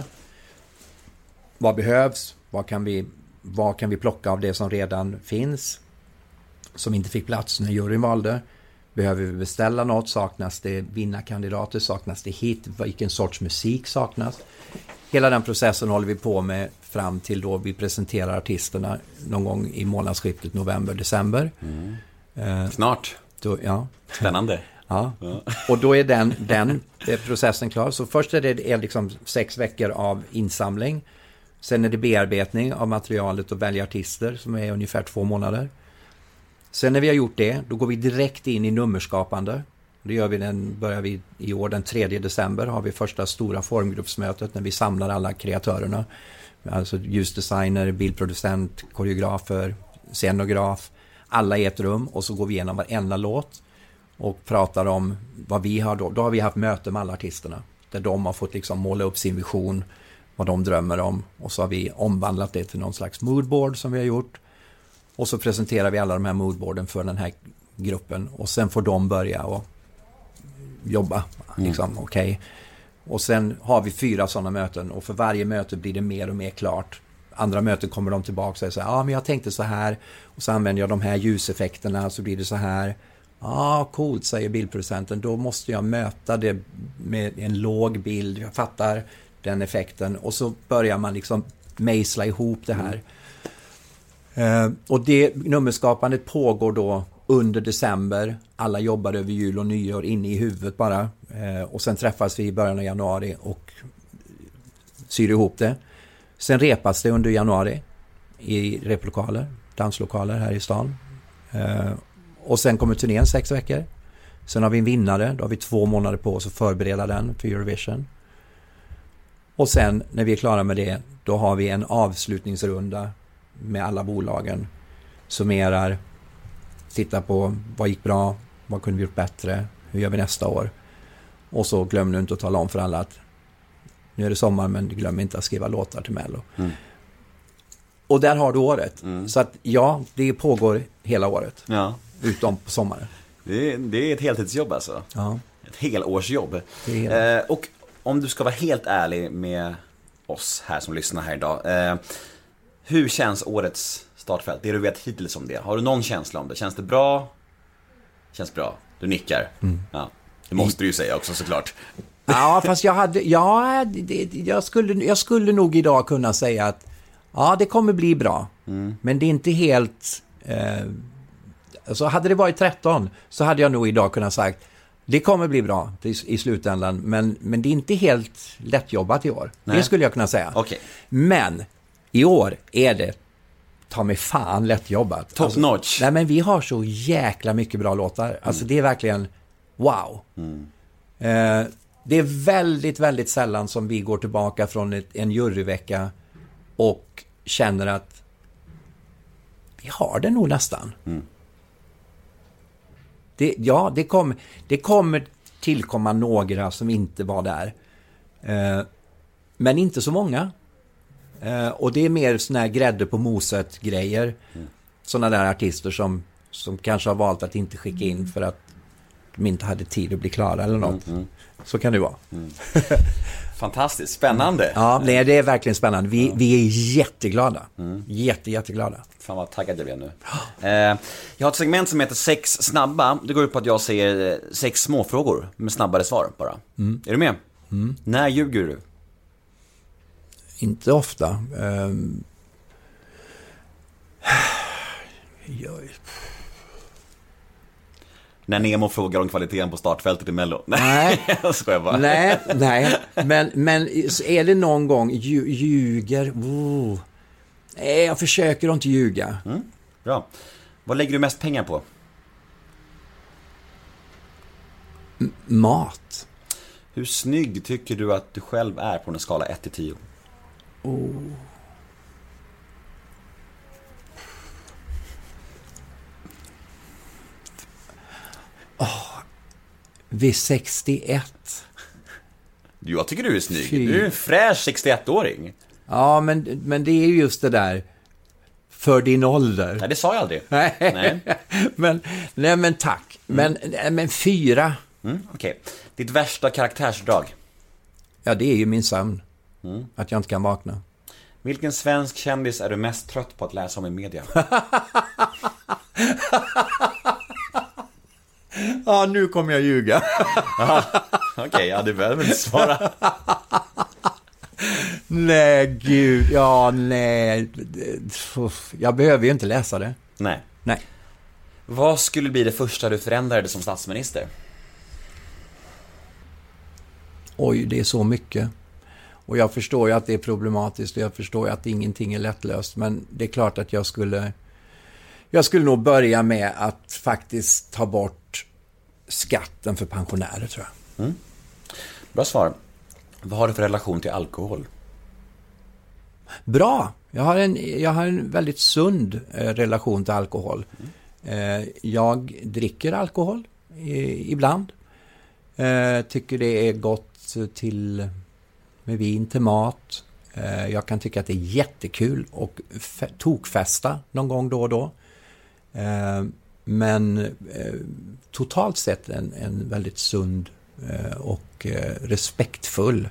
vad behövs, vad kan vi plocka av det som redan finns som inte fick plats när juryn valde. Behöver vi beställa något? Saknas det vinnarkandidater? Saknas det hit? Vilken sorts musik saknas? Hela den processen håller vi på med fram till då vi presenterar artisterna någon gång i månadsskiftet november-december. Snart. Då, ja. Spännande. Ja. Och då är den processen klar. Så först är det liksom 6 veckor av insamling. Sen är det bearbetning av materialet och välja artister som är ungefär 2 månader. Sen när vi har gjort det, då går vi direkt in i nummerskapande. Det börjar vi i år den 3 december har vi första stora formgruppsmötet när vi samlar alla kreatörerna. Alltså ljusdesigner, bildproducent, koreografer, scenograf. Alla i ett rum och så går vi igenom varenda låt och pratar om vad vi har då. Då har vi haft möte med alla artisterna där de har fått liksom måla upp sin vision, vad de drömmer om. Och så har vi omvandlat det till någon slags moodboard som vi har gjort. Och så presenterar vi alla de här moodboarden för den här gruppen. Och sen får de börja och jobba. Liksom, okej. Och sen har vi 4 sådana möten. Och för varje möte blir det mer och mer klart. Andra möten kommer de tillbaka och säger men jag tänkte så här. Och så använder jag de här ljuseffekterna så blir det så här. Coolt, säger bildproducenten. Då måste jag möta det med en låg bild. Jag fattar den effekten. Och så börjar man liksom mejsla ihop det här. Och det nummerskapandet pågår då under december. Alla jobbar över jul och nyår inne i huvudet bara. Och sen träffas vi i början av januari och syr ihop det. Sen repas det under januari i replokaler, danslokaler här i stan. Och sen kommer turnén 6 veckor. Sen har vi en vinnare, då har vi 2 månader på oss att förbereda den för Eurovision. Och sen när vi är klara med det, då har vi en avslutningsrunda med alla bolagen summerar, tittar på vad gick bra, vad kunde vi gjort bättre, hur gör vi nästa år. Och så glöm nu inte att tala om för alla att nu är det sommar, men glöm inte att skriva låtar till Mello. Och där har du året. Så att det pågår hela året. Ja. Utom på sommaren. Det är ett heltidsjobb alltså. Ja. Ett helårsjobb. Och om du ska vara helt ärlig med oss här som lyssnar här idag. Hur känns årets startfält? Det du vet hittills om det. Har du någon känsla om det? Känns det bra? Känns bra. Du nickar. Ja. Det måste du ju säga också såklart. Ja, fast jag skulle nog idag kunna säga att det kommer bli bra. Men det är inte helt... alltså hade det varit 13 så hade jag nog idag kunnat sagt det kommer bli bra i slutändan. Men det är inte helt lättjobbat i år. Nej. Det skulle jag kunna säga. Okay. Men i år är det ta mig fan lättjobbat. Top notch. Nej, men vi har så jäkla mycket bra låtar. Alltså det är verkligen wow. Det är väldigt, väldigt sällan som vi går tillbaka från en juryvecka och känner att vi har det nog nästan. Det kommer tillkomma några som inte var där. Men inte så många. Och det är mer såna här grädde på moset grejer. Såna där artister som kanske har valt att inte skicka in för att de inte hade tid att bli klara eller något. Så kan det vara. Fantastiskt, spännande. Ja, nej, det är verkligen spännande. Vi är jätteglada. Jätteglada. Fan vad taggad jag blev nu. Jag har ett segment som heter 6 snabba. Det går ut på att jag säger 6 småfrågor med snabbare svar bara. Är du med? När ljuger du? Inte ofta. När Nemo frågar om kvaliteten på startfältet i Mello. Nej, jag skojar bara. Nej. Men är det någon gång ljuger? Jag försöker inte ljuga. Bra. Vad lägger du mest pengar på? Mat. Hur snygg tycker du att du själv är på en skala 1-10? Vid 61. Jag tycker du är snygg. Du är en fräsch 61-åring. Ja, men det är ju just det där för din ålder. Nej, det sa jag aldrig. Nej. men tack. Men 4. Okej. Ditt värsta karaktärsdrag? Ja, det är ju min sömn. Att jag inte kan vakna. Vilken svensk kändis är du mest trött på att läsa om i media? Ja, nu kommer jag ljuga. Okej, du behöver inte svara. Nej, gud. Ja, nej. Jag behöver ju inte läsa det. Nej. Nej. Vad skulle bli det första du förändrade som statsminister? Oj, det är så mycket. Och jag förstår ju att det är problematiskt och jag förstår ju att ingenting är lättlöst. Men det är klart att jag skulle nog börja med att faktiskt ta bort skatten för pensionärer, tror jag. Bra svar. Vad har du för relation till alkohol? Bra. Jag har en väldigt sund relation till alkohol. Jag dricker alkohol ibland. Tycker det är gott med vin till mat. Jag kan tycka att det är jättekul och tokfesta någon gång då och då. Men totalt sett en väldigt sund och respektfull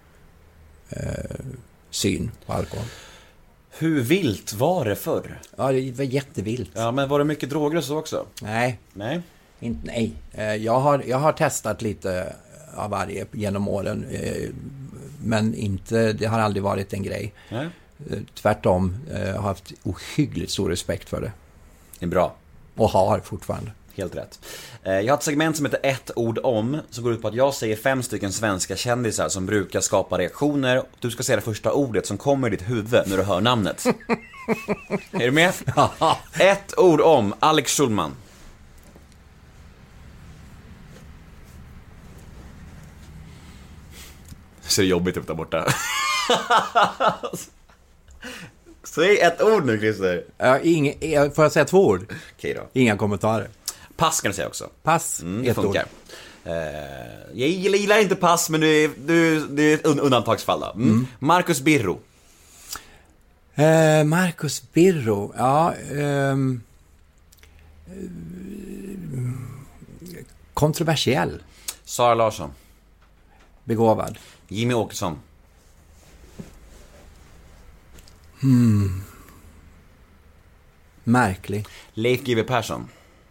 syn på alkohol. Hur vilt var det förr? Ja, det var jättevilt. Ja, men var det mycket droger så också? Nej. Jag har testat lite av varje genom åren, men det har aldrig varit en grej. Nej. Tvärtom, jag har haft ohyggligt stor respekt för det. Det är bra. Och har fortfarande. Helt rätt. Jag har ett segment som heter 1 ord om, som går ut på att jag säger 5 stycken svenska kändisar som brukar skapa reaktioner. Du ska säga det första ordet som kommer i ditt huvud när du hör namnet. Är du med? 1 ord om Alex Schulman. Ser det jobbigt upp där borta. Säg ett ord nu, Christer. Får jag säga 2 ord? Okej då. Inga kommentarer. Pass kan du säga också. Pass, det ett funkar. ord. Jag gillar inte pass, men det är ett undantagsfall då. Marcus Birro. Marcus Birro, ja. Kontroversiell. Sara Larsson. Begåvad. Jimmy Åkesson. Märklig. Leif GW Persson.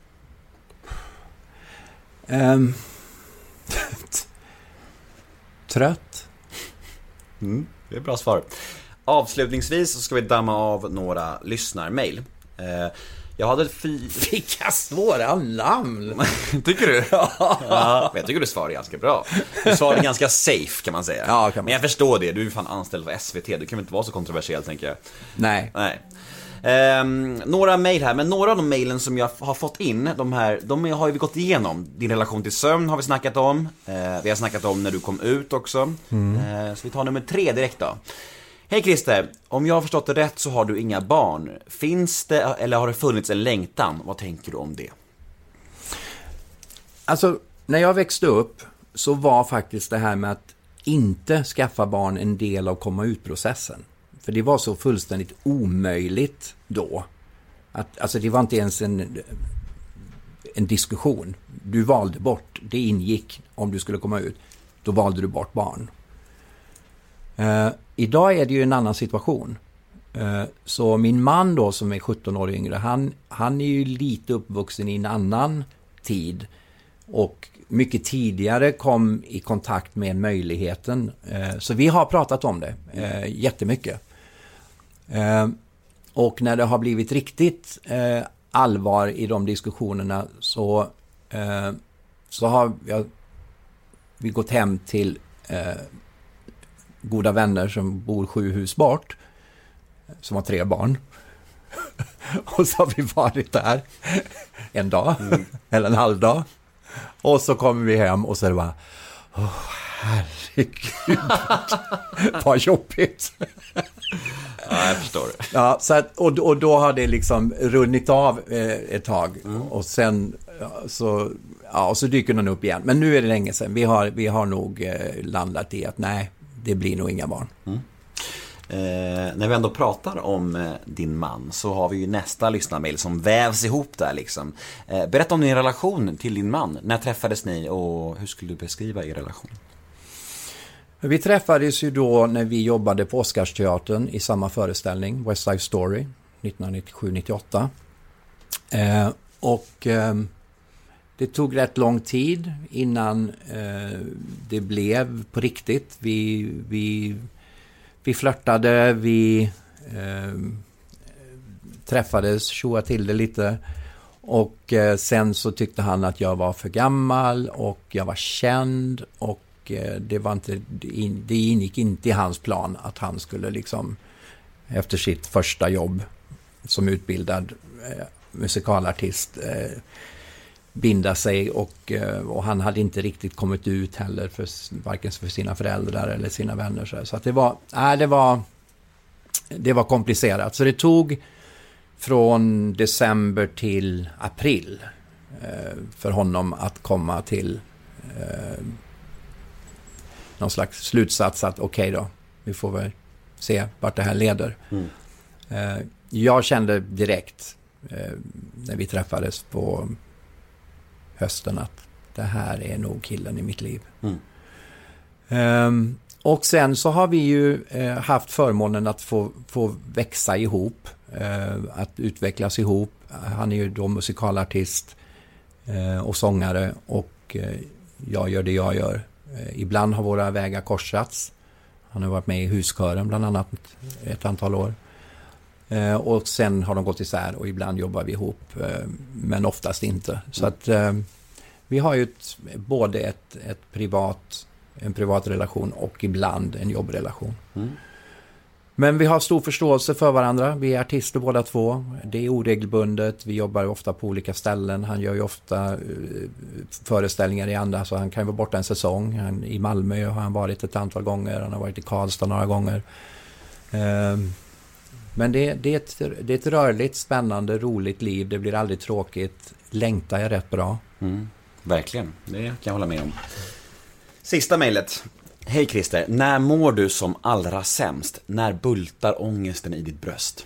Trött. Det är bra svar. Avslutningsvis så ska vi damma av några lyssnarmail. Jag hade Vilka svåra namn. Tycker du? Ja, jag tycker du svarar ganska bra. Du svarar ganska safe, kan man säga. Ja, kan man. Men jag förstår det, du är fan anställd för SVT. Det kan väl inte vara så kontroversiellt, tänker jag. Nej. Några mejl här, men några av de mejlen som jag har fått in, de har vi gått igenom. Din relation till sömn har vi snackat om. Vi har snackat om när du kom ut också. Så vi tar nummer 3 direkt då. Hej Christer, om jag har förstått det rätt så har du inga barn. Finns det, eller har det funnits en längtan? Vad tänker du om det? Alltså, när jag växte upp så var faktiskt det här med att inte skaffa barn en del av komma ut-processen. För det var så fullständigt omöjligt då. Alltså det var inte ens en diskussion. Du valde bort, det ingick om du skulle komma ut. Då valde du bort barn. Idag är det ju en annan situation. Så min man då som är 17 år yngre, han är ju lite uppvuxen i en annan tid. Och mycket tidigare kom i kontakt med möjligheten. Så vi har pratat om det jättemycket. Och när det har blivit riktigt allvar i de diskussionerna så har vi gått hem till goda vänner som bor 7 hus bort, som har 3 barn. Och så har vi varit där en dag eller en halv dag. Och så kommer vi hem och så är det bara herregud, vad jobbigt. Ja, jag förstår det. Ja, så att, och då har det liksom runnit av ett tag. Och sen så dyker den upp igen. Men nu är det länge sedan. Vi har nog landat i att nej, det blir nog inga barn. När vi ändå pratar om din man så har vi ju nästa lyssnarmail som vävs ihop där liksom. Berätta om din relation till din man. När träffades ni och hur skulle du beskriva er relation? Vi träffades ju då när vi jobbade på Oscarsteatern i samma föreställning, West Side Story, 1997-98. Det tog rätt lång tid innan det blev på riktigt. Vi flörtade, vi träffades, tjoade till det lite. Och sen så tyckte han att jag var för gammal och jag var känd och det ingick inte i hans plan att han skulle liksom efter sitt första jobb som utbildad musikalartist binda sig och han hade inte riktigt kommit ut heller varken för sina föräldrar eller sina vänner så att det var komplicerat, så det tog från december till april för honom att komma till någon slags slutsats att okej då, vi får väl se vart det här leder. Jag kände direkt när vi träffades på hösten att det här är nog killen i mitt liv. Och sen så har vi ju haft förmånen att få växa ihop, att utvecklas ihop. Han är ju då musikalartist och sångare och jag gör det jag gör. Ibland har våra vägar korsats. Han har varit med i huskören bland annat ett antal år. Och sen har de gått isär och ibland jobbar vi ihop, men oftast inte. Så att vi har ju både en privat relation och ibland en jobbrelation. Men vi har stor förståelse för varandra. Vi är artister båda två. Det är oregelbundet. Vi jobbar ofta på olika ställen. Han gör ju ofta föreställningar i andra, så han kan vara borta en säsong. I Malmö har han varit ett antal gånger. Han har varit i Karlstad några gånger. Men det är ett rörligt, spännande, roligt liv. Det blir aldrig tråkigt. Längtar är rätt bra. Verkligen, det kan jag hålla med om. Sista mejlet. Hej Christer, när mår du som allra sämst? När bultar ångesten i ditt bröst?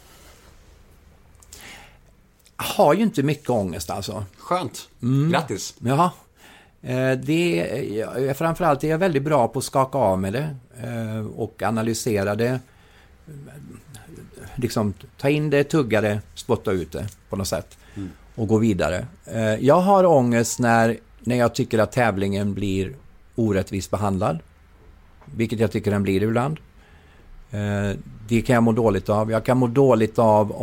Jag har ju inte mycket ångest alltså. Skönt, grattis. Ja, framförallt är jag väldigt bra på att skaka av med det och analysera det. Liksom ta in det, tugga det, spotta ut det på något sätt och gå vidare. Jag har ångest när jag tycker att tävlingen blir orättvist behandlad, vilket jag tycker den blir ibland. Det kan jag må dåligt av. Jag kan må dåligt av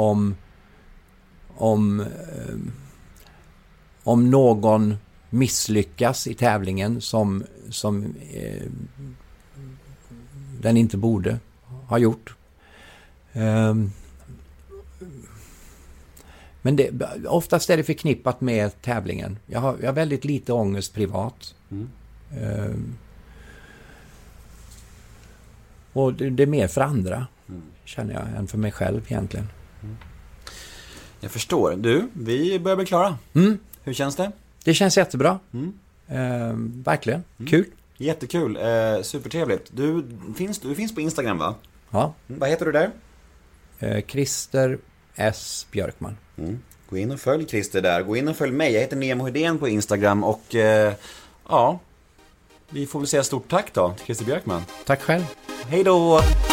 om någon misslyckas i tävlingen som den inte borde ha gjort. Men oftast är det förknippat med tävlingen. Jag har väldigt lite ångest privat. Och det är mer för andra, känner jag, än för mig själv egentligen. Jag förstår. Du, vi börjar bli klara. Hur känns det? Det känns jättebra. Verkligen. Kul. Jättekul. Supertrevligt. Du finns på Instagram, va? Ja. Vad heter du där? Christer S. Björkman. Gå in och följ Christer där. Gå in och följ mig. Jag heter Nemo Hedén på Instagram. Och vi får väl säga stort tack då till Christer Björkman. Tack själv. Hej då!